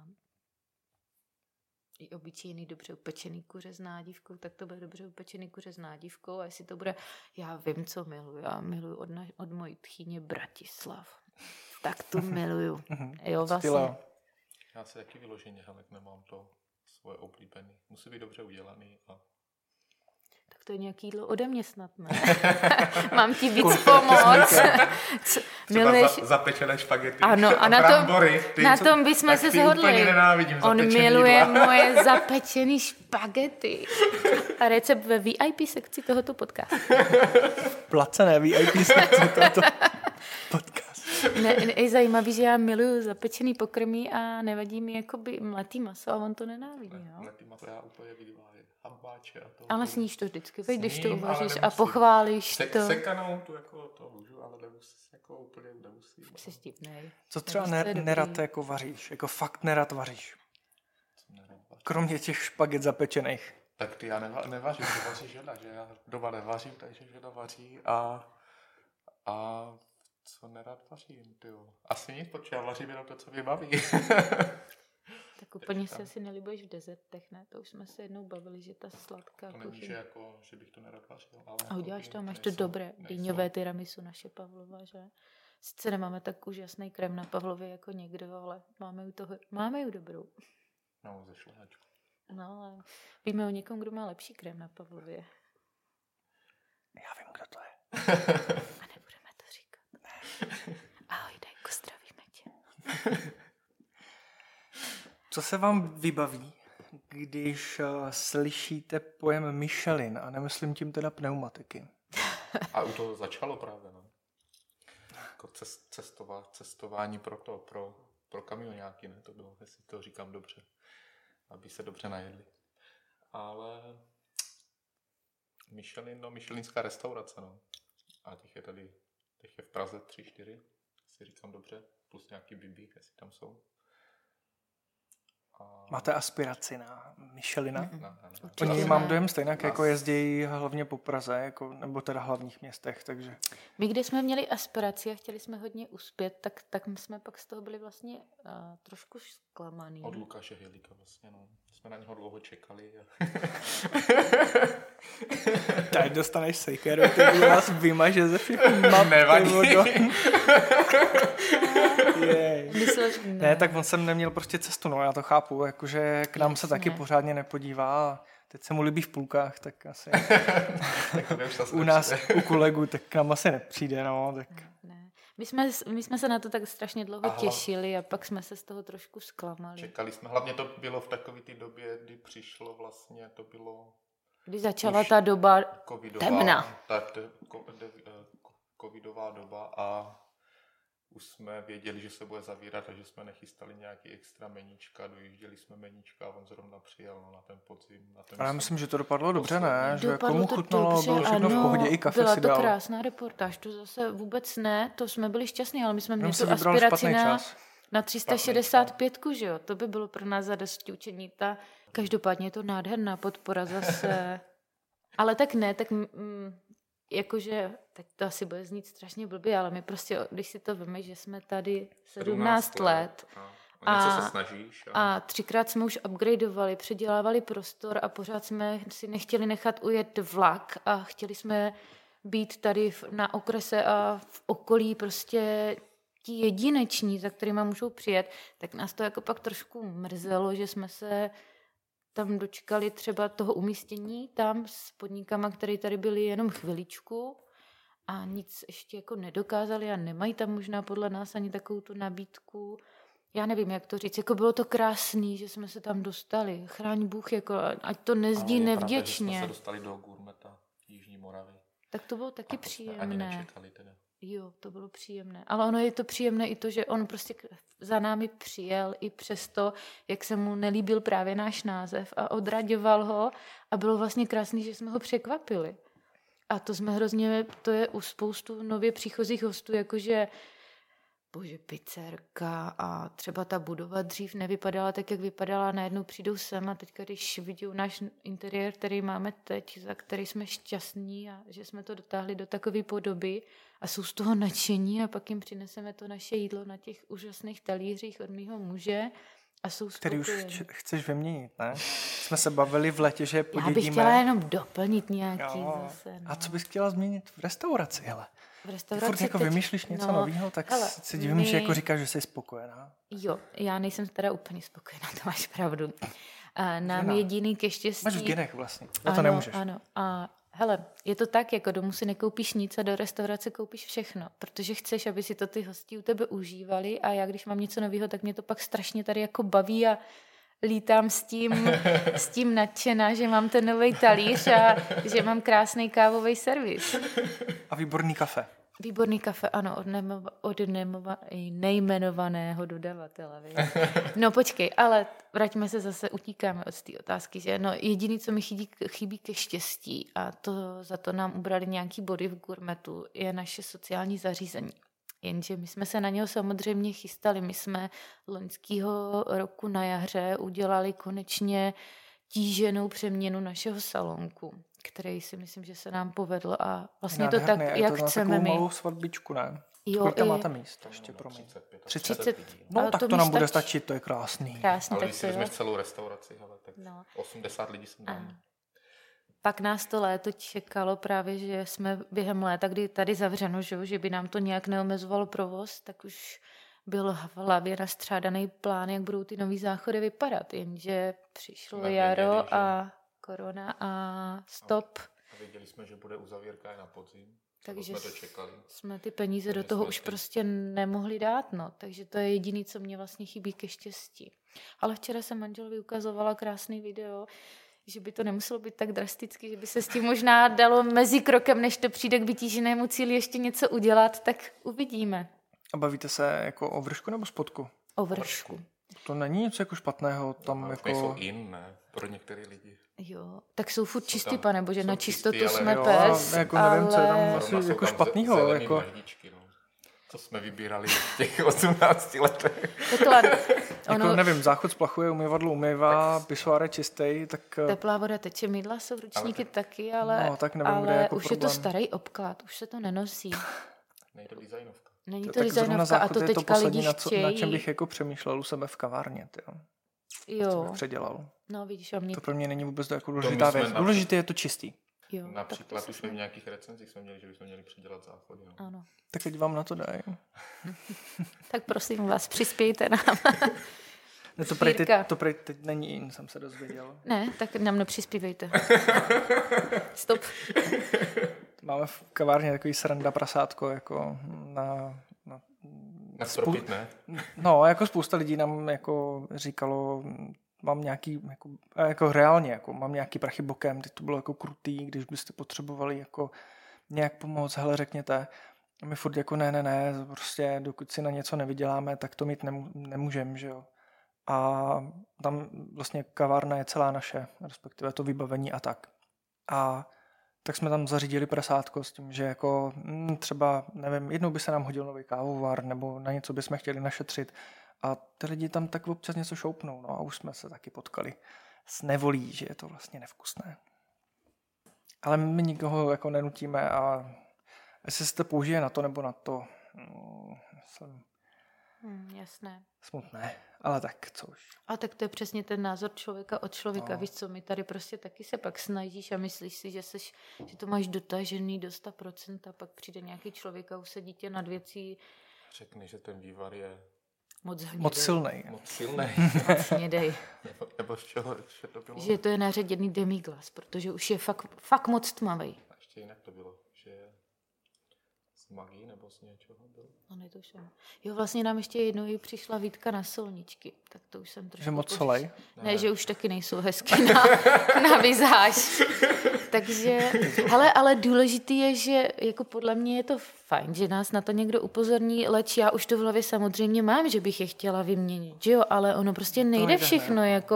i obyčejný dobře upečený kuře s nádívkou, tak to bude dobře upečený kuře s nádívkou a jestli to bude, já vím, co miluju. Já miluju od mojí tchýně Bratislav. Tak to miluju. Jo, vlastně. Já se taky vyloženě, Helek, nemám to svoje oblíbený. Musí být dobře udělaný. Tak to je nějaký jídlo ode mě snad, ne? Mám ti víc pomoct. Miluješ... zapečené špagety ano, a na tom bychom se shodli. On miluje moje zapečený špagety. A recept ve VIP sekci tohoto podcastu. Placené VIP sekci tohoto podcastu. Je zajímavý, že já miluju zapečený pokrmy a nevadí mi jakoby mletý maso a on to nenávidí. No? Mletý maso já úplně vyvážím. Hambáče a to. Ale sníš to vždycky, když to uvaříš a pochválíš to. Sekanou tu jako to můžu, ale nemusím jako úplně nemusím. Jsi divnej. Co třeba nerad jako vaříš? Jako fakt nerad vaříš? Kromě těch špaget zapečených. Tak ty já nevařím, to vaří žena, že já doma nevařím, takže žena vaří a co nerad vařím, tyjo. Asi nic, protože já vařím jenom to, co mě baví. Tak úplně si asi nelíbíš v dezertech, ne? To už jsme se jednou bavili, že ta sladká to není, že bych to nerad vařil. Ale a uděláš to, máš to dobré. Dýňové tiramisu naše Pavlova, že? Sice nemáme tak úžasný krém na Pavlově jako někdo, ale máme ju dobrou. No, ze šlehačku. No, ale víme o někom, kdo má lepší krém na Pavlově. Já vím, kdo to je. A nebudeme to říkat. Ahoj, Dajko, zdravíme tě. Co se vám vybaví, když slyšíte pojem Michelin, a nemyslím tím teda pneumatiky? A u toho začalo právě, no. Jako cestování pro kamionáky, ne? To bylo, jestli to říkám dobře, aby se dobře najedli. Ale Michelin, no, michelinská restaurace, no. A těch je v Praze 3-4, jestli říkám dobře, plus nějaký Bibi, jestli tam jsou. Máte aspiraci na Michelina? Ne. Oni mám dojem stejně, jako jezdí hlavně po Praze, jako, nebo teda hlavních městech, takže... My, když jsme měli aspiraci a chtěli jsme hodně uspět, tak jsme pak z toho byli vlastně trošku zklamaný. Od Lukáše Hilíka vlastně, no. Jsme na něho dlouho čekali. Teď dostaneš sejkeru, ty vás vymaže ze všech map. Nevadí. Ne, tak on jsem neměl prostě cestu, no, já to chápu, jakože k nám se taky pořádně nepodívá a teď se mu líbí v půlkách, tak asi u nás, u kolegů, tak k nám asi nepřijde, no, tak... Ne. My jsme se na to tak strašně dlouho těšili a pak jsme se z toho trošku zklamali. Čekali jsme, hlavně to bylo v takové té době, kdy přišlo vlastně, to bylo... Kdy začala ta doba temna. Covidová doba a už jsme věděli, že se bude zavírat, takže jsme nechystali nějaký extra meníčka, dojížděli jsme meníčka a on zrovna přijel na ten podzim. A já myslím, že to dopadlo dobře, ne? Že komu chutnalo, bylo všechno v pohodě, i kafe byla si dal. Byla to krásná reportáž, to zase vůbec ne, to jsme byli šťastní, ale my jsme měli tu aspiraci na 365, že jo? To by bylo pro nás zadosti učení. Každopádně je to nádherná podpora zase. Ale tak ne, tak... jakože, teď to asi bude znít strašně blbě, ale my prostě, když si to víme, že jsme tady 17 let a se snažíš. A 3krát jsme už upgradeovali, předělávali prostor a pořád jsme si nechtěli nechat ujet vlak a chtěli jsme být tady na okrese a v okolí prostě ti jedineční, za kterýma můžou přijet, tak nás to jako pak trošku mrzelo, že jsme se tam dočkali třeba toho umístění tam s podnikama, které tady byly jenom chviličku a nic ještě jako nedokázali a nemají tam možná podle nás ani takovou tu nabídku. Já nevím, jak to říct. Jako bylo to krásný, že jsme se tam dostali. Chráň Bůh, jako, ať to nezdí nevděčně. Jsme se dostali do Gurmeta Jižní Moravy. Tak to bylo taky příjemné. Ani nečekali teda. Jo, to bylo příjemné. Ale ono je to příjemné i to, že on prostě za námi přijel i přesto, jak se mu nelíbil právě náš název a odraďoval ho a bylo vlastně krásný, že jsme ho překvapili. A to je u spoustu nově příchozích hostů, jakože bože, pizzerka a třeba ta budova dřív nevypadala tak, jak vypadala, najednou přijdou sem a teďka, když vidí náš interiér, který máme teď, za který jsme šťastní a že jsme to dotáhli do takové podoby a jsou z toho nadšení a pak jim přineseme to naše jídlo na těch úžasných talířích od mýho muže a jsou spokojení. Který už chceš vyměnit, ne? Jsme se bavili v letě, že podědíme. Já bych chtěla jenom doplnit nějaký zase. No. A co bys chtěla změnit v restauraci, hele? V restauraci Ty furt jako vymýšlíš něco nového, tak se divím, že jako říkáš, že jsi spokojená. Jo, já nejsem teda úplně spokojená, to máš pravdu. A nám jediný ke štěstí... Máš v genech vlastně, na to nemůžeš. Ano, a hele, je to tak, jako domů si nekoupíš nic a do restaurace koupíš všechno, protože chceš, aby si to ty hosti u tebe užívali a já, když mám něco nového, tak mě to pak strašně tady jako baví a lítám s tím nadšená, že mám ten nový talíř a že mám krásný kávový servis. A výborný kafe. Výborný kafe, ano, od nejmenovaného dodavatele. No počkej, ale vraťme se zase, utíkáme od té otázky, že no jediný, co mi chybí ke štěstí a za to nám ubrali nějaký body v Gourmetu, je naše sociální zařízení. Jenže my jsme se na něho samozřejmě chystali. My jsme loňského roku na jaře udělali konečně tíženou přeměnu našeho salonku, který si myslím, že se nám povedl a vlastně to tak, jak to chceme my. Malou svatbičku, ne? Jo, kolik tam máte míst? Ještě pro mě. 30. No tak to nám bude stačit, to je krásný. Krásný, ale tak když jsme v celou restauraci, ale tak 80 lidí jsem tam. Pak nás to léto čekalo právě, že jsme během léta, kdy tady zavřeno, že by nám to nějak neomezovalo provoz, tak už byl v hlavě nastřádaný plán, jak budou ty nový záchody vypadat, jenže přišlo jaro a korona a stop. A věděli jsme, že bude uzavírka i na podzim, takže jsme to čekali. Jsme ty peníze do toho už prostě nemohli dát, no. Takže to je jediný, co mě vlastně chybí ke štěstí. Ale včera jsem manželovi ukazovala krásný video, že by to nemuselo být tak drasticky, že by se s tím možná dalo mezi krokem, než to přijde k vytíženému cíli ještě něco udělat, tak uvidíme. A bavíte se jako o vršku nebo spodku? O vršku. To není něco jako špatného tam no, jako... Jsou ne? Pro některé lidi. Jo, tak jsou furt čistý, pane bože, na čistotu čistý, jsme jo, pes, jako nevím, co je tam asi jako špatného. Jako... To jsme vybírali v těch 18 letech. Takhle, jako nevím, záchod splachuje, umyvadlo umývá, pisoár je čistý, tak... Teplá voda teče, mydla jsou ručníky taky, ale, no, tak nevím, kde je jako už problém. Je to starý obklad, už se to nenosí. Nejde designovka. Není to designovka a to teďka lidi chtějí. Na čem bych jako přemýšlel u sebe v kavárně, tyjo. Jo. Co bych předělal. No vidíš, a mě... To pro mě není vůbec jako důležitá věc. Důležité je to čistý. Jo, například už jsme v nějakých recenzích jsme měli, že bychom měli předělat záchody. Jo. Ano. Tak ať vám na to dají. Tak prosím vás, přispějte nám. Ne, to prej teď není in, jsem se dozvěděl. Ne, tak nám nepřispívejte. Stop. Máme v kavárně takový sranda prasátko, jako na stropit, ne? No, jako spousta lidí nám jako říkalo, mám nějaký, jako reálně, jako mám nějaký prachy bokem, teď to bylo jako krutý, když byste potřebovali jako nějak pomoct, hele, řekněte. A my furt jako ne, prostě dokud si na něco nevyděláme, tak to mít nemůžeme, že jo. A tam vlastně kavárna je celá naše, respektive to vybavení a tak. A tak jsme tam zařídili prasátko s tím, že jako třeba, nevím, jednou by se nám hodil nový kávovar, nebo na něco bychom chtěli našetřit. A ty lidi tam tak občas něco šoupnou, no a už jsme se taky potkali s nevolí, že je to vlastně nevkusné. Ale my nikoho jako nenutíme a jestli se to použije na to nebo na to, jsem jasné. Smutné, ale tak co už. A tak to je přesně ten názor člověka od člověka. No. Víš co, my tady prostě taky se pak snažíš a myslíš si, že to máš dotažený do 100% a pak přijde nějaký člověk a usadí tě nad věcí. Řekni, že ten vývar je moc silnej. Moc hnědej. Nebo z čeho to bylo? Že to je naředěný demiglas, protože už je fakt moc tmavý. A ještě jinak to bylo, že z magii nebo z něčeho bylo? No netuším. Jo, vlastně nám ještě jednou přišla Vítka na solničky, tak to už jsem trošku... Že moc solej? Ne, že už taky nejsou hezky na vizáž. Takže, ale důležitý je, že jako podle mě je to fajn, že nás na to někdo upozorní, leč já už to v hlavě samozřejmě mám, že bych je chtěla vyměnit, že jo, ale ono prostě nejde všechno, jako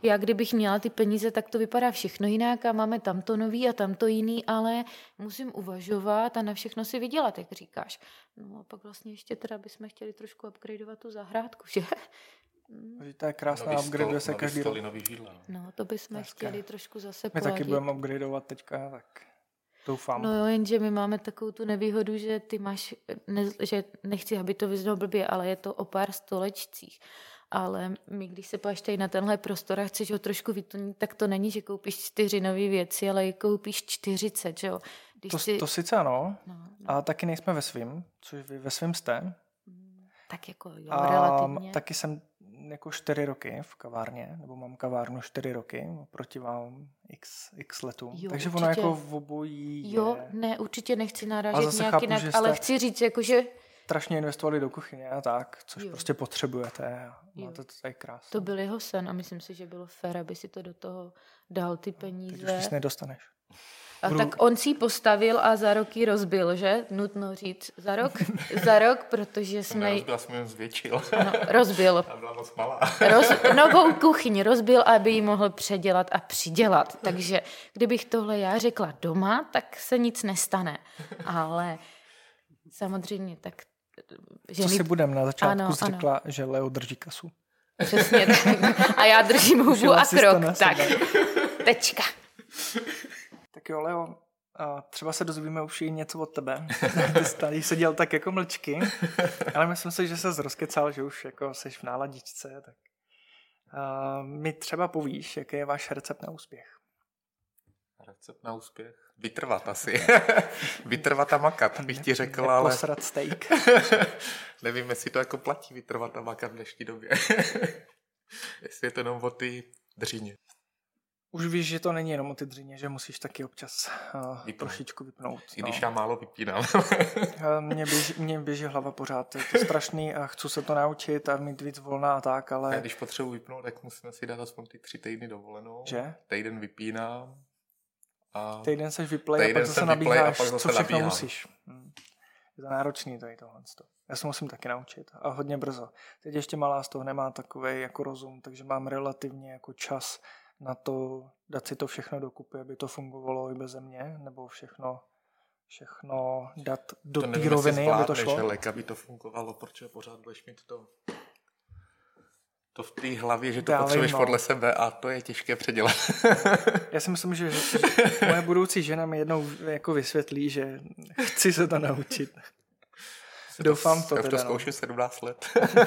já kdybych měla ty peníze, tak to vypadá všechno jinak a máme tamto nový a tamto jiný, ale musím uvažovat a na všechno si vydělat, jak říkáš. No a pak vlastně ještě teda bychom chtěli trošku upgradeovat tu zahrádku, že? To je krásná, upgradeuje se každý rok. No, to bychom chtěli trošku zase My poladit. taky budeme upgradeovat teďka, tak doufám. No jo, jenže my máme takovou tu nevýhodu, že ty máš, že nechci, aby to vyznělo blbě, ale je to o pár stolečcích. Ale my, když se páš tady na tenhle prostor a chceš ho trošku vytunit, tak to není, že koupíš 4 nové věci, ale koupíš 40, že jo. To sice ano, ale taky nejsme ve svým, což vy ve svým jste. Tak jako jo, relativně. Taky jsem jako 4 roky v kavárně, nebo mám kavárnu 4 roky, oproti vám x letům. Jo, takže určitě. ono jako v obojí je... Jo, ne, určitě nechci narážet nějak jinak, ale chci říct, jako že... strašně investovali do kuchyně a tak, což prostě potřebujete a máte to tady krásně. To byl jeho sen a myslím si, že bylo fér, aby si to do toho dal ty peníze. Teď už nic nedostaneš. A tak on si ji postavil a za rok ji rozbil, že? Nutno říct. Za rok, protože jsme... Nerozbil, jsem jen zvětšil. Ano, rozbil. A byla moc malá. Novou kuchyň rozbil, aby ji mohl předělat a přidělat. Takže kdybych tohle já řekla doma, tak se nic nestane. Ale samozřejmě tak... Co si budem na začátku řekla, že Leo drží kasu. Přesně tak. A já držím hubu a krok. Tak, tečka. Tak jo, Leo, třeba se dozvíme už i něco od tebe. Ty jsi tady seděl tak jako mlčky, ale myslím si, že se rozkecal, že už jako seš v náladičce. Tak mi třeba povíš, jaký je váš recept na úspěch. Recept na úspěch? Vytrvat asi. Vytrvat a makat, bych ti řekl, ale... Posrat steak. Nevím, jestli to jako platí vytrvat a makat v dnešní době. Jestli je to jenom o ty dříně. Už víš, že to není jenom o ty dřině, že musíš taky občas trošičku vypnout. I když já málo vypínám. Mně běží hlava pořád, je to strašný a chci se to naučit a mít víc volná a tak, ale... Já když potřebuji vypnout, tak musíme si dát aspoň ty 3 týdny dovolenou. Že? Týden vypínám. A týden seš vyplay a pak zase nabíháš, co všechno musíš. Je to náročný tady tohle. Já se musím taky naučit a hodně brzo. Teď ještě malá z toho nemá takovej jako rozum, takže mám relativně jako čas na to dát si to všechno dokupy, aby to fungovalo i beze mě, nebo všechno dát do té roviny, aby to šlo. To nevím, aby to fungovalo, protože pořád budeš mít to v té hlavě, že to potřebuješ podle sebe a to je těžké předělat. Já si myslím, že moje budoucí žena mi jednou jako vysvětlí, že chci se to naučit. Doufám to teda. Já to zkouším 17 let.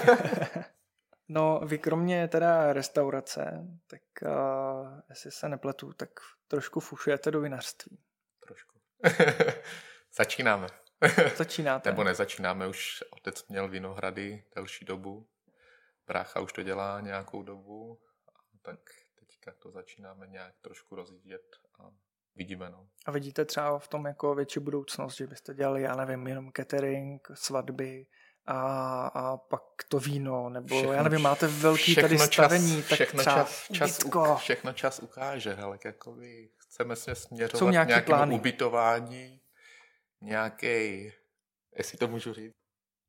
No, vy kromě teda restaurace, tak jestli se nepletu, tak trošku fušujete do vinařství. Trošku. Začínáme. Začínáte. Nebo nezačínáme, už otec měl vinohrady delší dobu. Brácha už to dělá nějakou dobu, tak teďka to začínáme nějak trošku rozjíždět a vidíme. No. A vidíte třeba v tom jako větší budoucnost, že byste dělali, já nevím, jenom catering, svatby a pak to víno, nebo všechno, já nevím, máte velký tady stavení, tak třeba všechno čas ukáže, hele, jakoby chceme se směřovat nějakému ubytování, nějaký, jestli to můžu říct.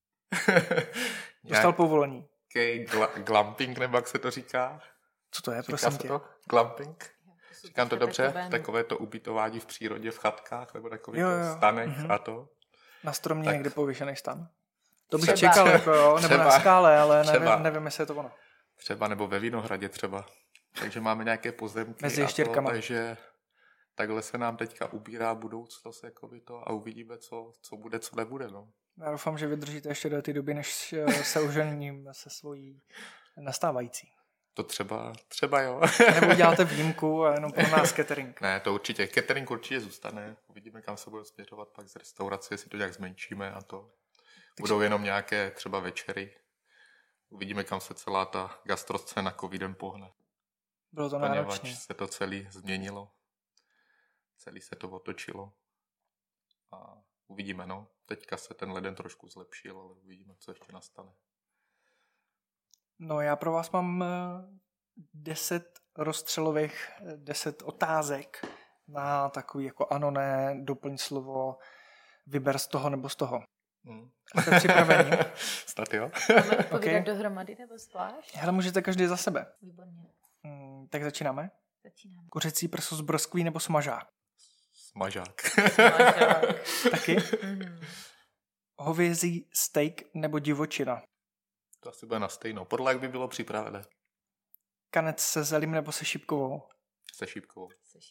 Dostal povolení. Glamping, nebo jak se to říká? Co to je, prosím tě? Glamping? Říkám to dobře? Takové to ubytování v přírodě, v chatkách, nebo takový stanek a to. Na stromě tak. Někde pověšený stan. To bych čekal, jako jo, nebo na skále, ale nevím, jestli je to ono. Třeba, nebo ve Vinohradě třeba. Takže máme nějaké pozemky mezi ještěrkama. Takže takhle se nám teďka ubírá budoucnost jakoby to a uvidíme, co bude, co nebude. No. Já doufám, že vydržíte ještě do té doby, než se ožením se svojí nastávající. To třeba jo. Nebo uděláte výjimku a jenom pro nás catering. Ne, to určitě. Catering určitě zůstane. Uvidíme, kam se bude směřovat pak z restaurace, jestli to nějak zmenšíme a to. Budou jenom nějaké třeba večery. Uvidíme, kam se celá ta gastroscéna covidem pohne. Bylo to náročné. Poněvadž se to celý změnilo. Celý se to otočilo. A uvidíme, no. Teďka se ten leden trošku zlepšil, ale uvidíme, co ještě nastane. No já pro vás mám 10 rozstřelových, 10 otázek na takový jako ano, ne, doplň slovo, vyber z toho nebo z toho. Jste připraveni? Snad jo. Máme odpovídat dohromady nebo zvlášť? Hele, můžete každý za sebe. Výborně. Tak začínáme. Začínáme. Kuřecí prso z broskví nebo smažák? Smažák. Taky? Hovězí steak nebo divočina? To asi bude na stejno. Podle jak by bylo připravené. Kanec se zelím nebo se šípkovou? Se šípkovou.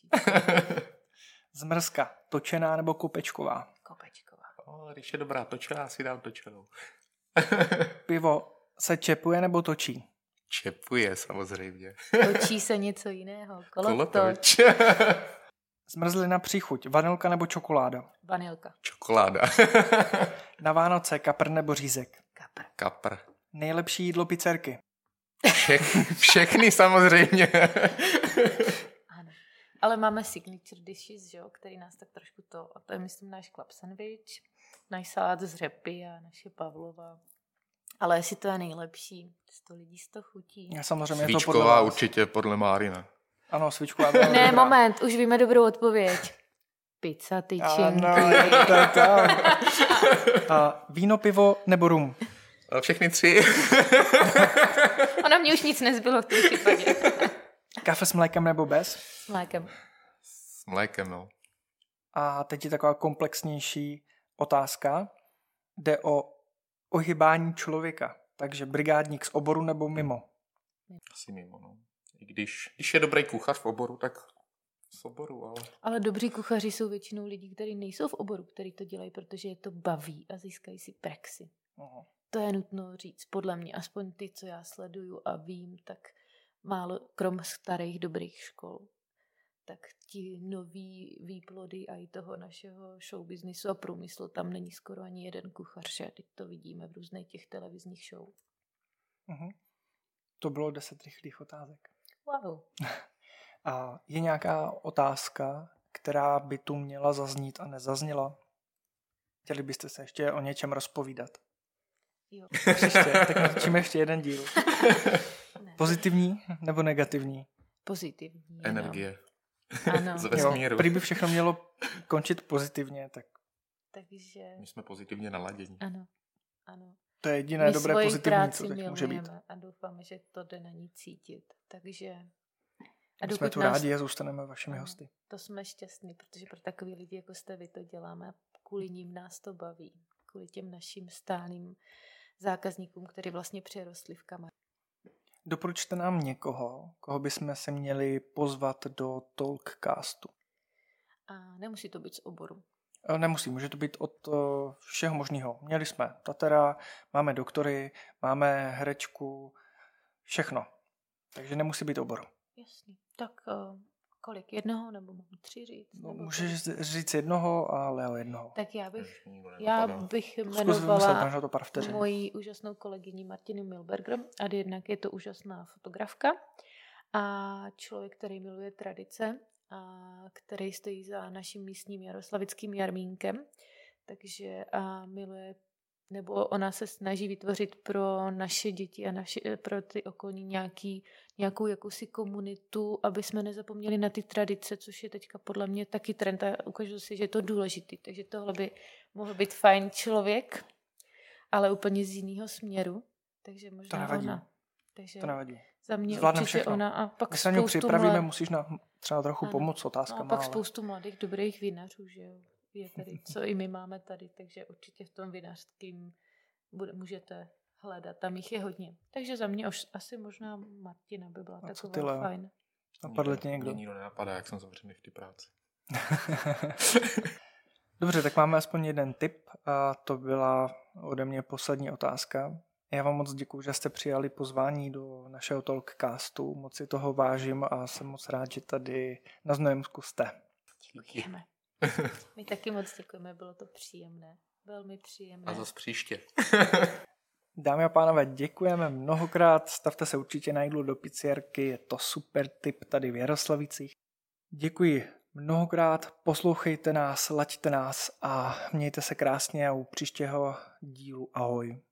Zmrzka, točená nebo kopečková? Kopečková. Když je dobrá točená, si dám točenou. Pivo se čepuje nebo točí? Čepuje samozřejmě. Točí se něco jiného. Kolotoč. Kolotoč. Zmrzlina příchuť, vanilka nebo čokoláda? Vanilka. Čokoláda. Na Vánoce kapr nebo řízek? Kapr. Nejlepší jídlo pizzerky? Všechny samozřejmě. Ano. Ale máme signature dishes, že jo, který nás tak trošku to, a to je myslím náš club sandwich, náš salát z řepy a naše pavlova. Ale jestli to je nejlepší, 100 lidí 100 chutí. Já samozřejmě je to podle Svíčková vás. určitě podle Márina. Ano, svíčková. Byla Ne, dobrá. moment, už víme dobrou odpověď. Pizza tyčinky. Ano, to je tam. A víno, pivo nebo rum? Všechny 3. Ona mě už nic nezbylo v tom případě. Kafe s mlékem nebo bez? S mlékem. S mlékem, no. A teď je taková komplexnější otázka. Jde o ohybání člověka. Takže brigádník z oboru nebo mimo? Asi mimo, no. I když je dobrý kuchař v oboru, tak z oboru, ale... Ale dobří kuchaři jsou většinou lidi, kteří nejsou v oboru, kteří to dělají, protože je to baví a získají si praxi. To je nutno říct, podle mě, aspoň ty, co já sleduju a vím, tak málo, krom starých dobrých škol, tak ti noví výplody a i toho našeho showbiznisu a průmyslu, tam není skoro ani jeden kuchař, a teď to vidíme v různých těch televizních show. To bylo 10 rychlých otázek. Wow. A je nějaká otázka, která by tu měla zaznít a nezazněla? Chtěli byste se ještě o něčem rozpovídat? Jo. Příště, tak natočíme ještě jeden díl. Ne. Pozitivní nebo negativní? Pozitivní. Energie. Ano. Z Ano. vesmíru. Prý by všechno mělo končit pozitivně, tak Takže My jsme pozitivně naladění. ano. Ano. to je jediné My dobré svoji pozitivní, práci co teď může být. milujeme a doufáme, že to jde na ní cítit. Takže a My jsme tu rádi a zůstaneme vašimi hosty. To jsme šťastní, protože pro takový lidi, jako jste vy, to děláme a kvůli ním nás to baví. Kvůli těm našim stálým zákazníkům, kteří vlastně přerostli v Kamaru. Doporučte nám někoho, koho bychom se měli pozvat do Talkcastu. A nemusí to být z oboru. Nemusí, může to být od všeho možného. Měli jsme tatera, máme doktory, máme herečku, všechno. Takže nemusí být obor. Jasný. Tak kolik? Jednoho nebo mám 3 říct? No, Nebo můžeš říct jednoho a Leo jednoho. tak já bych Zkus vymyslet jmenovala možná to pár vteřin. moji úžasnou kolegyni Martinu Milberger a jednak je to úžasná fotografka a člověk, který miluje tradice a který stojí za naším místním jaroslavickým jarmínkem, takže a miluje, nebo ona se snaží vytvořit pro naše děti a pro ty okolní nějakou jakousi komunitu, aby jsme nezapomněli na ty tradice, což je teďka podle mě taky trend a ukážu si, že je to důležitý. Takže tohle by mohl být fajn člověk, ale úplně z jiného směru. Takže možná To nevadí. ona. Takže To nevadí. za mě Zvládnem určitě všechno. ona a pak My se na něj připravíme, mlad- musíš nám třeba trochu Ano. pomoct s No a otázkama. pak Ale... spoustu mladých dobrých vinařů, že jo. Je tady, co i my máme tady, takže určitě v tom vinařským můžete hledat, tam jich je hodně. Takže za mě už asi možná Martina by byla A co ty, taková Leo? fajn. Napadl tě někdo? Mě nikdo nenapadá, jak jsem zavřený v té práci. Dobře, tak máme aspoň jeden tip a to byla ode mě poslední otázka. Já vám moc děkuju, že jste přijali pozvání do našeho Talkcastu. Moc si toho vážím a jsem moc rád, že tady na Znojemsku jste. Děkujeme. My taky moc děkujeme, bylo to příjemné. Velmi příjemné. A zas příště. Dámy a pánové, děkujeme mnohokrát. Stavte se určitě na jídlo do pizzerky, je to super tip tady v Jaroslavicích. Děkuji mnohokrát, poslouchejte nás, laďte nás a mějte se krásně a u příštího dílu ahoj.